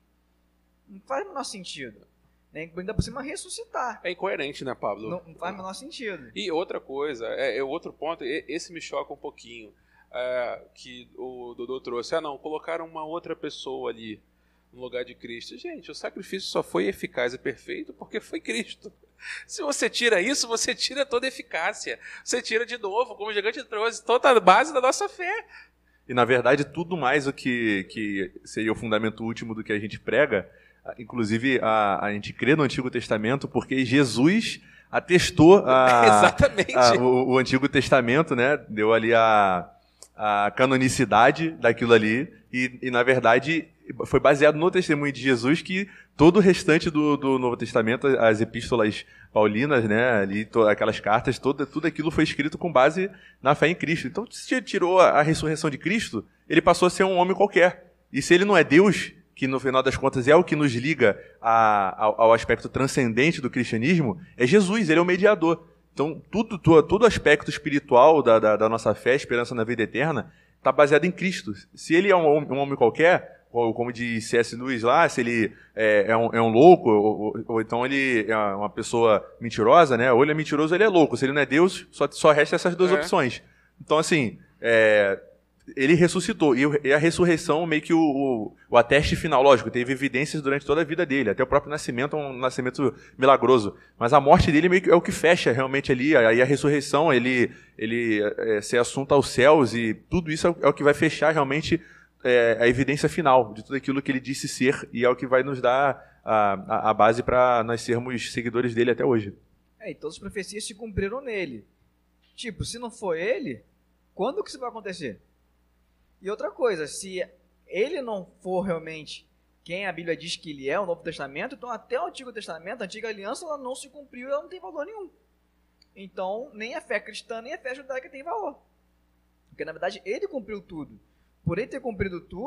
Não faz o menor sentido. Ainda por cima ressuscitar. É incoerente, né, Pablo? Não, não faz o menor sentido. E outra coisa, é, é outro ponto, esse me choca um pouquinho, é, que o Dodô trouxe. Ah, não, colocaram uma outra pessoa ali no lugar de Cristo. Gente, o sacrifício só foi eficaz e perfeito porque foi Cristo. Se você tira isso, você tira toda a eficácia. Você tira de novo, como o gigante trouxe, toda a base da nossa fé. E, na verdade, tudo mais o que, que seria o fundamento último do que a gente prega, inclusive a, a gente crê no Antigo Testamento porque Jesus atestou a, Exatamente. A, o, o Antigo Testamento, né? Deu ali a, a canonicidade daquilo ali e, e, na verdade, foi baseado no testemunho de Jesus que todo o restante do, do Novo Testamento, as epístolas paulinas, né, ali, to, aquelas cartas, todo, tudo aquilo foi escrito com base na fé em Cristo. Então, se tirou a, a ressurreição de Cristo, ele passou a ser um homem qualquer. E se ele não é Deus, que no final das contas é o que nos liga a, ao, ao aspecto transcendente do cristianismo, é Jesus, ele é o mediador. Então, tudo, tudo, todo aspecto espiritual da, da, da nossa fé, esperança na vida eterna, está baseado em Cristo. Se ele é um, um homem qualquer, ou como diz C S Lewis lá, se ele é, é, um, é um louco, ou, ou, ou então ele é uma pessoa mentirosa, né? Ou ele é mentiroso ou ele é louco. Se ele não é Deus, só, só resta essas duas é. opções. Então, assim, é, ele ressuscitou. E a ressurreição meio que o, o, o ateste final, lógico, teve evidências durante toda a vida dele. Até o próprio nascimento é um nascimento milagroso. Mas a morte dele meio que é o que fecha realmente ali. Aí a ressurreição, ele, ele é, ser assunto aos céus e tudo isso é o, é o que vai fechar realmente é, a evidência final de tudo aquilo que ele disse ser e é o que vai nos dar a, a, a base para nós sermos seguidores dele até hoje. É, e todas as profecias se cumpriram nele. Tipo, se não for ele, quando que isso vai acontecer? E outra coisa, se ele não for realmente quem a Bíblia diz que ele é, o Novo Testamento, então até o Antigo Testamento, a Antiga Aliança, ela não se cumpriu, ela não tem valor nenhum. Então, nem a fé cristã, nem a fé judaica tem valor. Porque, na verdade, ele cumpriu tudo. Por ele ter cumprido tudo,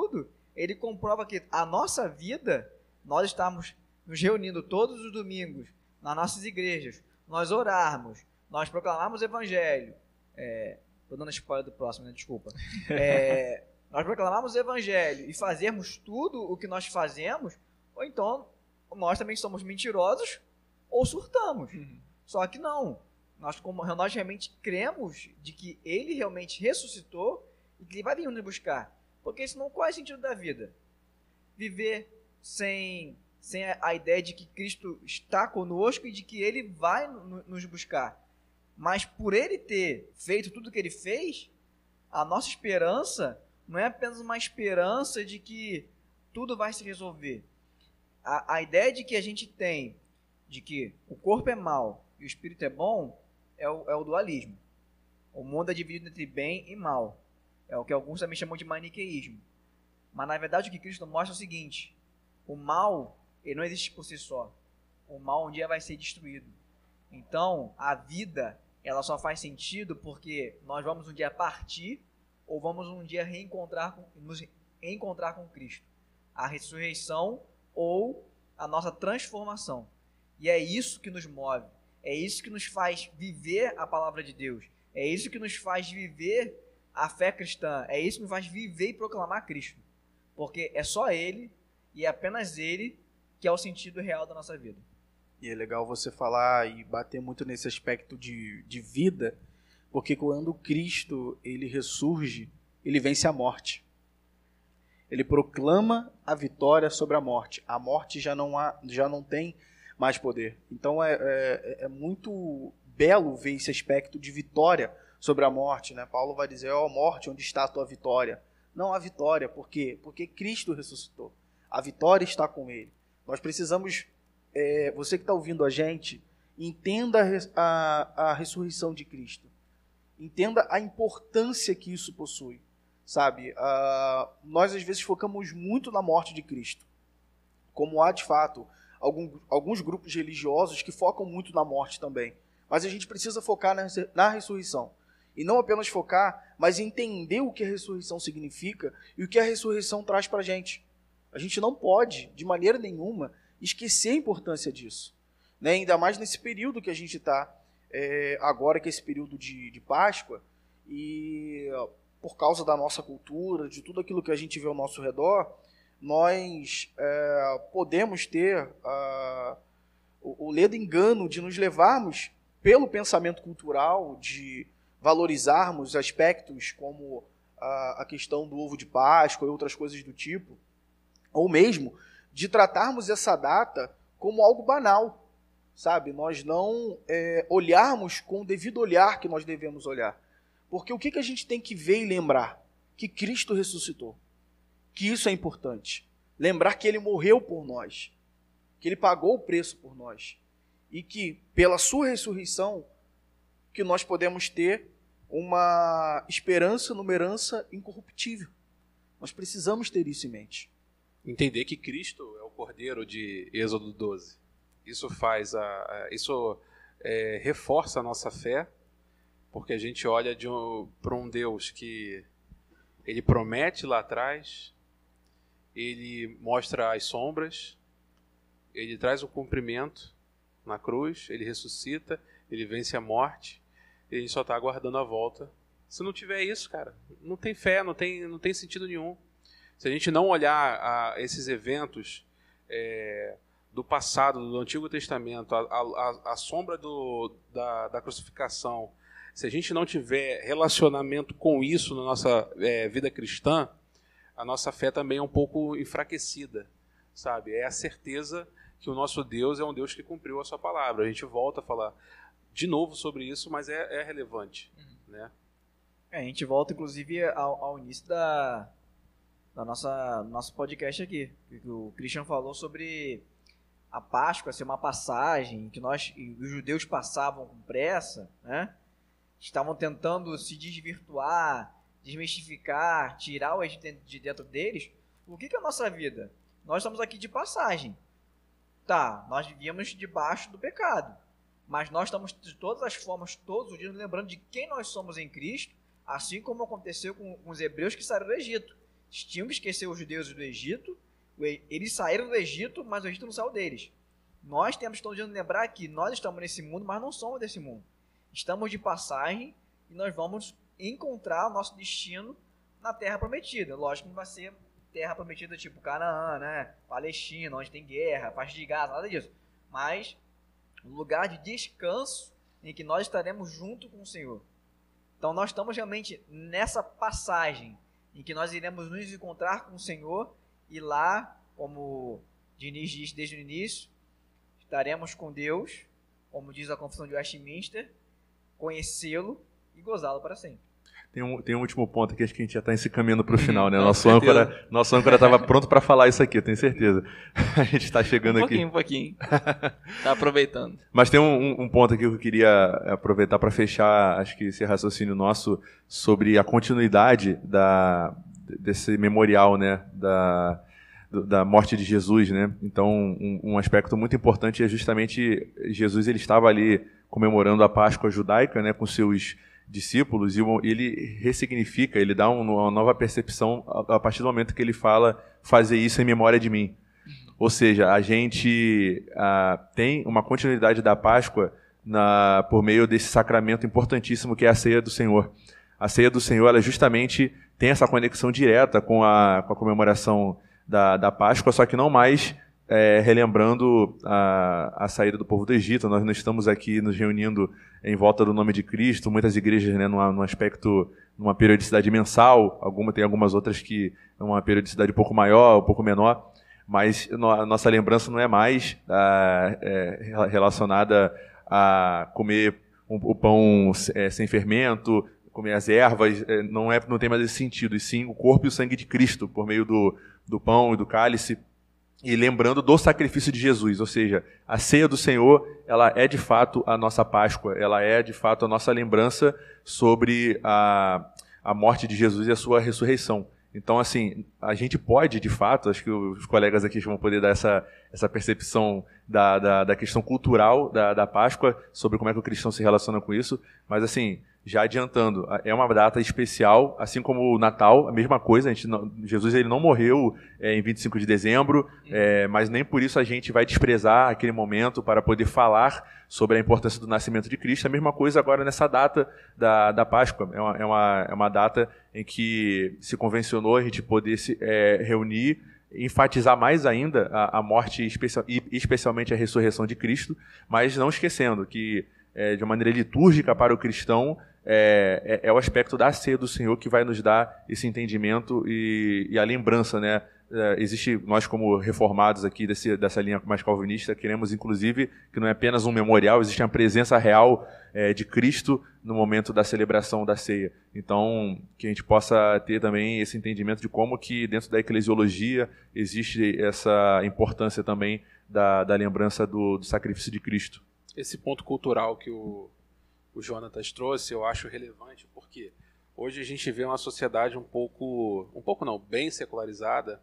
ele comprova que a nossa vida, nós estamos nos reunindo todos os domingos nas nossas igrejas, nós orarmos, nós proclamarmos o evangelho, é, tô dando spoiler do próximo, né? Desculpa, é, nós proclamarmos o evangelho e fazermos tudo o que nós fazemos, ou então nós também somos mentirosos ou surtamos. Uhum. Só que não, nós, como, nós realmente cremos de que ele realmente ressuscitou e que ele vai vir nos buscar, porque senão qual é o sentido da vida? Viver sem, sem a, a ideia de que Cristo está conosco e de que ele vai no, nos buscar. Mas por ele ter feito tudo o que ele fez, a nossa esperança não é apenas uma esperança de que tudo vai se resolver. A, a ideia de que a gente tem de que o corpo é mau e o espírito é bom é o, é o dualismo. O mundo é dividido entre bem e mal. É o que alguns também chamam de maniqueísmo. Mas na verdade o que Cristo mostra é o seguinte: o mal, ele não existe por si só. O mal um dia vai ser destruído. Então a vida, ela só faz sentido porque nós vamos um dia partir ou vamos um dia reencontrar com, nos encontrar com Cristo. A ressurreição ou a nossa transformação. E é isso que nos move. É isso que nos faz viver a palavra de Deus. É isso que nos faz viver a fé cristã. É isso que nos faz viver e proclamar Cristo. Porque é só Ele e é apenas Ele que é o sentido real da nossa vida. E é legal você falar e bater muito nesse aspecto de, de vida, porque quando Cristo ele ressurge, ele vence a morte. Ele proclama a vitória sobre a morte. A morte já não, há, já não tem mais poder. Então é, é, é muito belo ver esse aspecto de vitória sobre a morte, né? Paulo vai dizer: ó, morte, onde está a tua vitória? Não há vitória, por quê? Porque Cristo ressuscitou. A vitória está com Ele. Nós precisamos, é, você que está ouvindo a gente, entenda a, a, a ressurreição de Cristo. Entenda a importância que isso possui. Sabe, uh, nós às vezes focamos muito na morte de Cristo. Como há de fato algum, alguns grupos religiosos que focam muito na morte também. Mas a gente precisa focar na, na ressurreição. E não apenas focar, mas entender o que a ressurreição significa e o que a ressurreição traz para a gente. A gente não pode, de maneira nenhuma, esquecer a importância disso. Né? Ainda mais nesse período que a gente está é, agora, que é esse período de, de Páscoa, e por causa da nossa cultura, de tudo aquilo que a gente vê ao nosso redor, nós é, podemos ter uh, o, o ledo engano de nos levarmos pelo pensamento cultural, de valorizarmos aspectos como a, a questão do ovo de Páscoa e outras coisas do tipo, ou mesmo de tratarmos essa data como algo banal, sabe? Nós não é, olharmos com o devido olhar que nós devemos olhar. Porque o que, que a gente tem que ver e lembrar? Que Cristo ressuscitou. Que isso é importante. Lembrar que Ele morreu por nós. Que Ele pagou o preço por nós. E que, pela sua ressurreição, que nós podemos ter uma esperança numa herança incorruptível. Nós precisamos ter isso em mente. Entender que Cristo é o Cordeiro de Êxodo doze. Isso faz a, a isso é, reforça a nossa fé, porque a gente olha de um, para um Deus que ele promete lá atrás, ele mostra as sombras, ele traz o cumprimento na cruz, ele ressuscita, ele vence a morte, e a gente só está aguardando a volta. Se não tiver isso, cara, não tem fé, não tem, não tem sentido nenhum. Se a gente não olhar a esses eventos é, do passado, do Antigo Testamento, a, a, a sombra do, da, da crucificação, se a gente não tiver relacionamento com isso na nossa é, vida cristã, a nossa fé também é um pouco enfraquecida, sabe? É a certeza que o nosso Deus é um Deus que cumpriu a sua palavra. A gente volta a falar de novo sobre isso, mas é, é relevante, uhum. né? É, a gente volta, inclusive, ao, ao início da, da nossa nosso podcast aqui, que o Christian falou sobre a Páscoa ser uma passagem que nós, e os judeus passavam com pressa, né? Estavam tentando se desvirtuar, desmistificar, tirar o Egito de dentro deles. O que, que é a nossa vida? Nós estamos aqui de passagem. Tá, nós vivíamos debaixo do pecado, mas nós estamos de todas as formas, todos os dias, lembrando de quem nós somos em Cristo, assim como aconteceu com, com os hebreus que saíram do Egito. tinham que esquecer os judeus do Egito. Eles saíram do Egito, mas o Egito não saiu deles. Nós temos que lembrar que nós estamos nesse mundo, mas não somos desse mundo. Estamos de passagem e nós vamos encontrar o nosso destino na Terra Prometida. Lógico que não vai ser Terra Prometida tipo Canaã, né? Palestina, onde tem guerra, faixa de Gaza, nada disso. Mas um lugar de descanso em que nós estaremos junto com o Senhor. Então nós estamos realmente nessa passagem em que nós iremos nos encontrar com o Senhor e lá, como Diniz disse desde o início, estaremos com Deus, como diz a Confissão de Westminster, conhecê-lo e gozá-lo para sempre. Tem um, tem um último ponto aqui, acho que a gente já está se encaminhando para o final, né? Nosso âncora, nosso âncora estava pronto para falar isso aqui, eu tenho certeza. A gente está chegando um aqui. Um pouquinho, um pouquinho. Está aproveitando. Mas tem um, um ponto aqui que eu queria aproveitar para fechar, acho que esse raciocínio nosso, sobre a continuidade da, desse memorial, né? Da, da morte de Jesus, né? Então, um, um aspecto muito importante é justamente Jesus, ele estava ali comemorando a Páscoa judaica, né? Com seus discípulos, e ele ressignifica, ele dá uma nova percepção a partir do momento que ele fala fazer isso em memória de mim. Ou seja, a gente ah, tem uma continuidade da Páscoa na, por meio desse sacramento importantíssimo que é a ceia do Senhor. A ceia do Senhor, ela justamente tem essa conexão direta com a, com a comemoração da, da Páscoa, só que não mais é, relembrando a, a saída do povo do Egito. Nós não estamos aqui nos reunindo em volta do nome de Cristo, muitas igrejas, né, numa, num aspecto, numa periodicidade mensal, alguma, tem algumas outras que é uma periodicidade um pouco maior, um pouco menor, mas no, a nossa lembrança não é mais a, é, relacionada a comer um, o pão é, sem fermento, comer as ervas, é, não, é, não tem mais esse sentido, e sim o corpo e o sangue de Cristo, por meio do, do pão e do cálice, e lembrando do sacrifício de Jesus, ou seja, a ceia do Senhor, ela é de fato a nossa Páscoa, ela é de fato a nossa lembrança sobre a, a morte de Jesus e a sua ressurreição. Então, assim, a gente pode, de fato, acho que os colegas aqui vão poder dar essa, essa percepção da, da, da questão cultural da, da Páscoa, sobre como é que o cristão se relaciona com isso, mas, assim, já adiantando, é uma data especial, assim como o Natal, a mesma coisa, a gente não, Jesus ele não morreu é, em vinte e cinco de dezembro, é, mas nem por isso a gente vai desprezar aquele momento para poder falar sobre a importância do nascimento de Cristo. A mesma coisa agora nessa data da, da Páscoa, é uma, é, uma, é uma data em que se convencionou a gente poder se é, reunir, enfatizar mais ainda a, a morte especial, e especialmente a ressurreição de Cristo, mas não esquecendo que é, de uma maneira litúrgica para o cristão, É, é, é o aspecto da ceia do Senhor que vai nos dar esse entendimento e, e a lembrança, né? É, existe, nós como reformados aqui desse, dessa linha mais calvinista, queremos inclusive que não é apenas um memorial, existe a presença real é, de Cristo no momento da celebração da ceia. Então, que a gente possa ter também esse entendimento de como que dentro da eclesiologia existe essa importância também da, da lembrança do, do sacrifício de Cristo. Esse ponto cultural que o o Jonatas trouxe, eu acho relevante, porque hoje a gente vê uma sociedade um pouco, um pouco não, bem secularizada,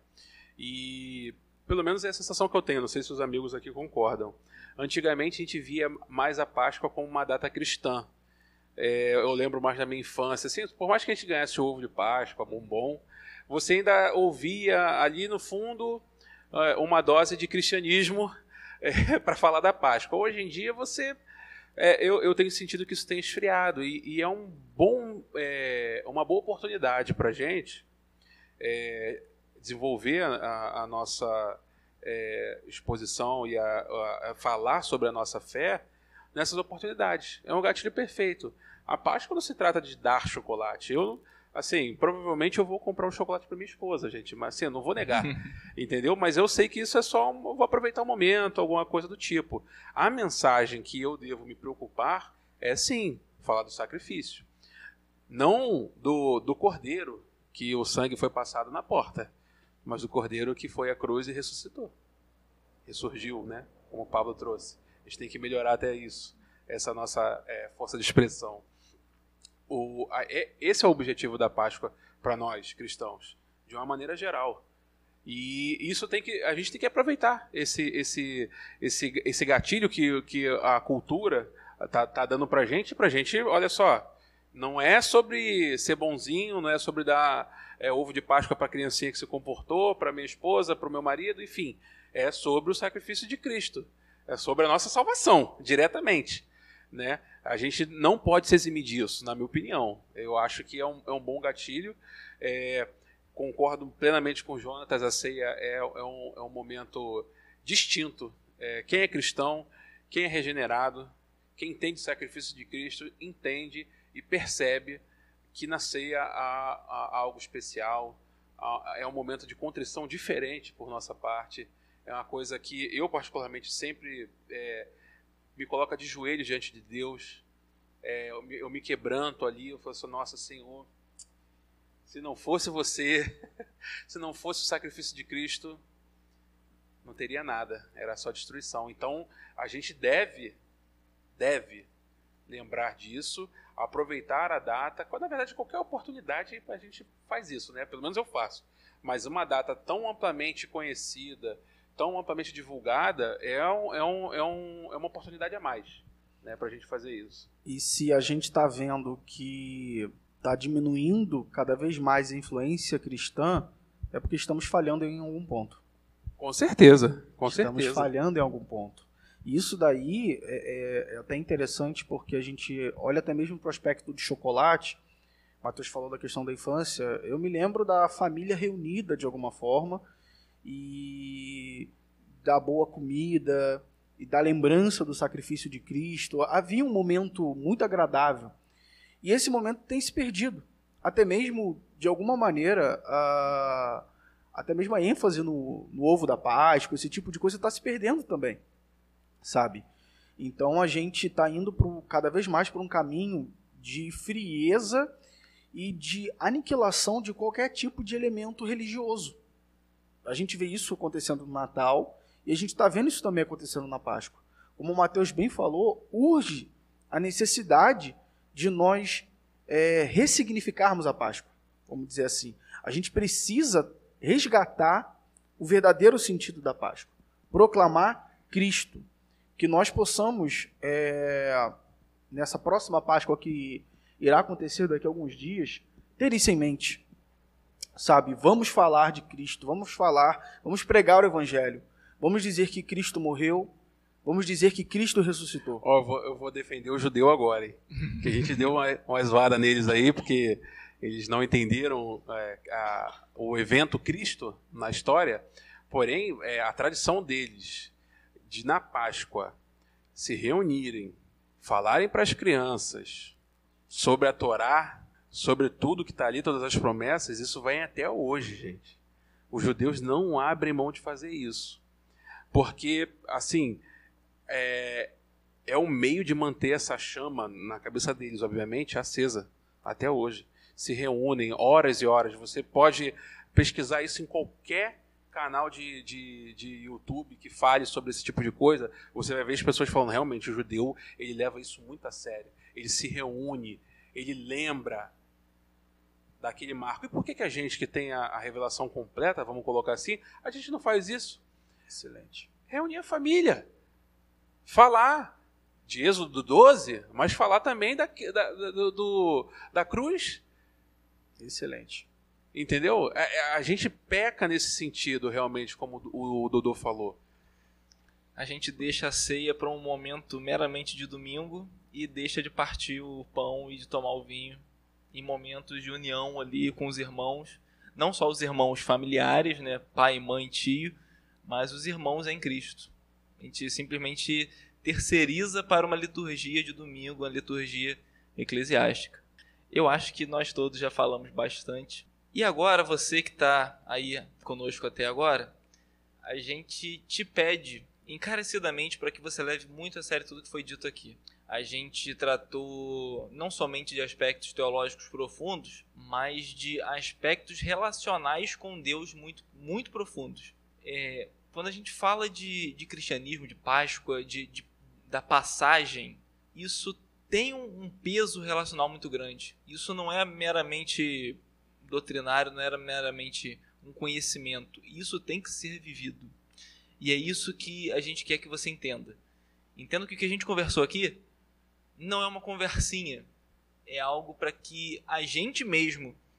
e pelo menos é a sensação que eu tenho, não sei se os amigos aqui concordam. Antigamente a gente via mais a Páscoa como uma data cristã. É, eu lembro mais da minha infância, assim, por mais que a gente ganhasse ovo de Páscoa, bombom, você ainda ouvia ali no fundo uma dose de cristianismo é, para falar da Páscoa. Hoje em dia você... É, eu, eu tenho sentido que isso tem esfriado e, e é, um bom, é uma boa oportunidade para a gente é, desenvolver a, a nossa é, exposição e a, a, a falar sobre a nossa fé nessas oportunidades. É um gatilho perfeito. A Páscoa não se trata de dar chocolate. Eu, assim, provavelmente eu vou comprar um chocolate para minha esposa, gente, mas assim, eu não vou negar, entendeu? Mas eu sei que isso é só, um, eu vou aproveitar o momento, alguma coisa do tipo. A mensagem que eu devo me preocupar é, sim, falar do sacrifício. Não do, do cordeiro, que o sangue foi passado na porta, mas do cordeiro que foi à cruz e ressuscitou. Ressurgiu, né? Como o Pablo trouxe. A gente tem que melhorar até isso, essa nossa é, força de expressão. O, a, é, esse é o objetivo da Páscoa para nós, cristãos, de uma maneira geral. E isso tem que, a gente tem que aproveitar esse, esse, esse, esse gatilho que, que a cultura está tá dando para a gente. Para a gente, olha só, não é sobre ser bonzinho, não é sobre dar é, ovo de Páscoa para a criancinha que se comportou, para minha esposa, para o meu marido, enfim. É sobre o sacrifício de Cristo. É sobre a nossa salvação, diretamente. Né? A gente não pode se eximir disso, na minha opinião. Eu acho que é um, é um bom gatilho. É, concordo plenamente com o Jonatas, a ceia é, é, um, é um momento distinto. É, quem é cristão, quem é regenerado, quem entende o sacrifício de Cristo, entende e percebe que na ceia há, há algo especial, há, é um momento de contrição diferente por nossa parte, é uma coisa que eu particularmente sempre é, me coloca de joelhos diante de Deus, é, eu, me, eu me quebranto ali, eu falo assim, nossa Senhor, se não fosse você, se não fosse o sacrifício de Cristo, não teria nada, era só destruição. Então a gente deve, deve lembrar disso, aproveitar a data, quando na verdade qualquer oportunidade a gente faz isso, né? Pelo menos eu faço. Mas uma data tão amplamente conhecida, tão amplamente divulgada, é, um, é, um, é, um, é uma oportunidade a mais, né, para a gente fazer isso. E se a gente está vendo que está diminuindo cada vez mais a influência cristã, é porque estamos falhando em algum ponto. Com certeza, com estamos certeza. falhando em algum ponto. E isso daí é, é, é até interessante porque a gente olha até mesmo para o aspecto de chocolate. O Matheus falou da questão da infância. Eu me lembro da família reunida de alguma forma e da boa comida e da lembrança do sacrifício de Cristo. Havia um momento muito agradável. E esse momento tem se perdido. Até mesmo, de alguma maneira, a, até mesmo a ênfase no, no ovo da Páscoa, esse tipo de coisa está se perdendo também. Sabe? Então a gente está indo pro, cada vez mais para um caminho de frieza e de aniquilação de qualquer tipo de elemento religioso. A gente vê isso acontecendo no Natal e a gente está vendo isso também acontecendo na Páscoa. Como o Matheus bem falou, urge a necessidade de nós é, ressignificarmos a Páscoa, vamos dizer assim. A gente precisa resgatar o verdadeiro sentido da Páscoa, proclamar Cristo. Que nós possamos, é, nessa próxima Páscoa que irá acontecer daqui a alguns dias, ter isso em mente. Sabe, vamos falar de Cristo, vamos falar, vamos pregar o Evangelho, vamos dizer que Cristo morreu, vamos dizer que Cristo ressuscitou. Oh, eu, vou, eu vou defender o judeu agora, hein? Que a gente deu uma, uma zoada neles aí, porque eles não entenderam é, a, o evento Cristo na história, porém, é, a tradição deles de na Páscoa se reunirem, falarem para as crianças sobre a Torá, sobre tudo que está ali, todas as promessas, isso vai até hoje, gente. Os judeus não abrem mão de fazer isso. Porque, assim, é, é um meio de manter essa chama na cabeça deles, obviamente, acesa, até hoje. Se reúnem horas e horas. Você pode pesquisar isso em qualquer canal de, de, de YouTube que fale sobre esse tipo de coisa, você vai ver as pessoas falando, realmente, o judeu, ele leva isso muito a sério. Ele se reúne, ele lembra daquele marco. E por que, que a gente que tem a, a revelação completa, vamos colocar assim, a gente não faz isso? Excelente. Reunir a família. Falar de Êxodo doze, mas falar também da, da, do, do, da cruz. Excelente. Entendeu? A, a gente peca nesse sentido, realmente, como o Dodô falou. A gente deixa a ceia para um momento meramente de domingo e deixa de partir o pão e de tomar o vinho em momentos de união ali com os irmãos. Não só os irmãos familiares, né? Pai, mãe, tio, mas os irmãos em Cristo. A gente simplesmente terceiriza para uma liturgia de domingo, uma liturgia eclesiástica. Eu acho que nós todos já falamos bastante. E agora, você que está aí conosco até agora, a gente te pede encarecidamente para que você leve muito a sério tudo que foi dito aqui. A gente tratou não somente de aspectos teológicos profundos, mas de aspectos relacionais com Deus muito, muito profundos. É, quando a gente fala de, de cristianismo, de Páscoa, de, de, da passagem, isso tem um, um peso relacional muito grande. Isso não é meramente doutrinário, não era meramente um conhecimento. Isso tem que ser vivido. E é isso que a gente quer que você entenda. Entenda que o que a gente conversou aqui não é uma conversinha. É algo para que a gente mesmo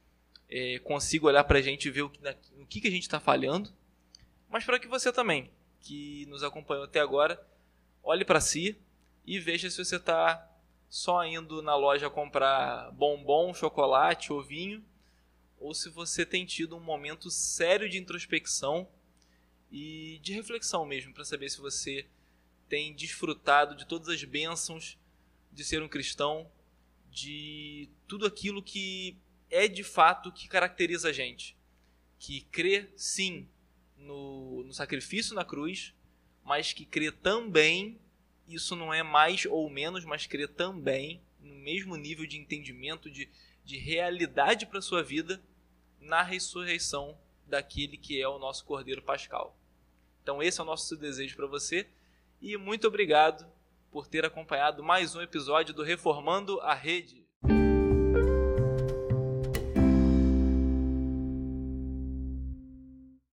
é, consiga olhar para a gente e ver o que, na, o que, que a gente está falhando, mas para que você também, que nos acompanhou até agora, olhe para si e veja se você está só indo na loja comprar bombom, chocolate ou vinho, ou se você tem tido um momento sério de introspecção e de reflexão mesmo, para saber se você tem desfrutado de todas as bênçãos de ser um cristão, de tudo aquilo que é de fato que caracteriza a gente, que crê sim no, no sacrifício na cruz, mas que crê também, isso não é mais ou menos, mas crê também no mesmo nível de entendimento, de, de realidade para a sua vida, na ressurreição daquele que é o nosso Cordeiro Pascal. Então esse é o nosso desejo para você, e muito obrigado por ter acompanhado mais um episódio do Reformando a Rede.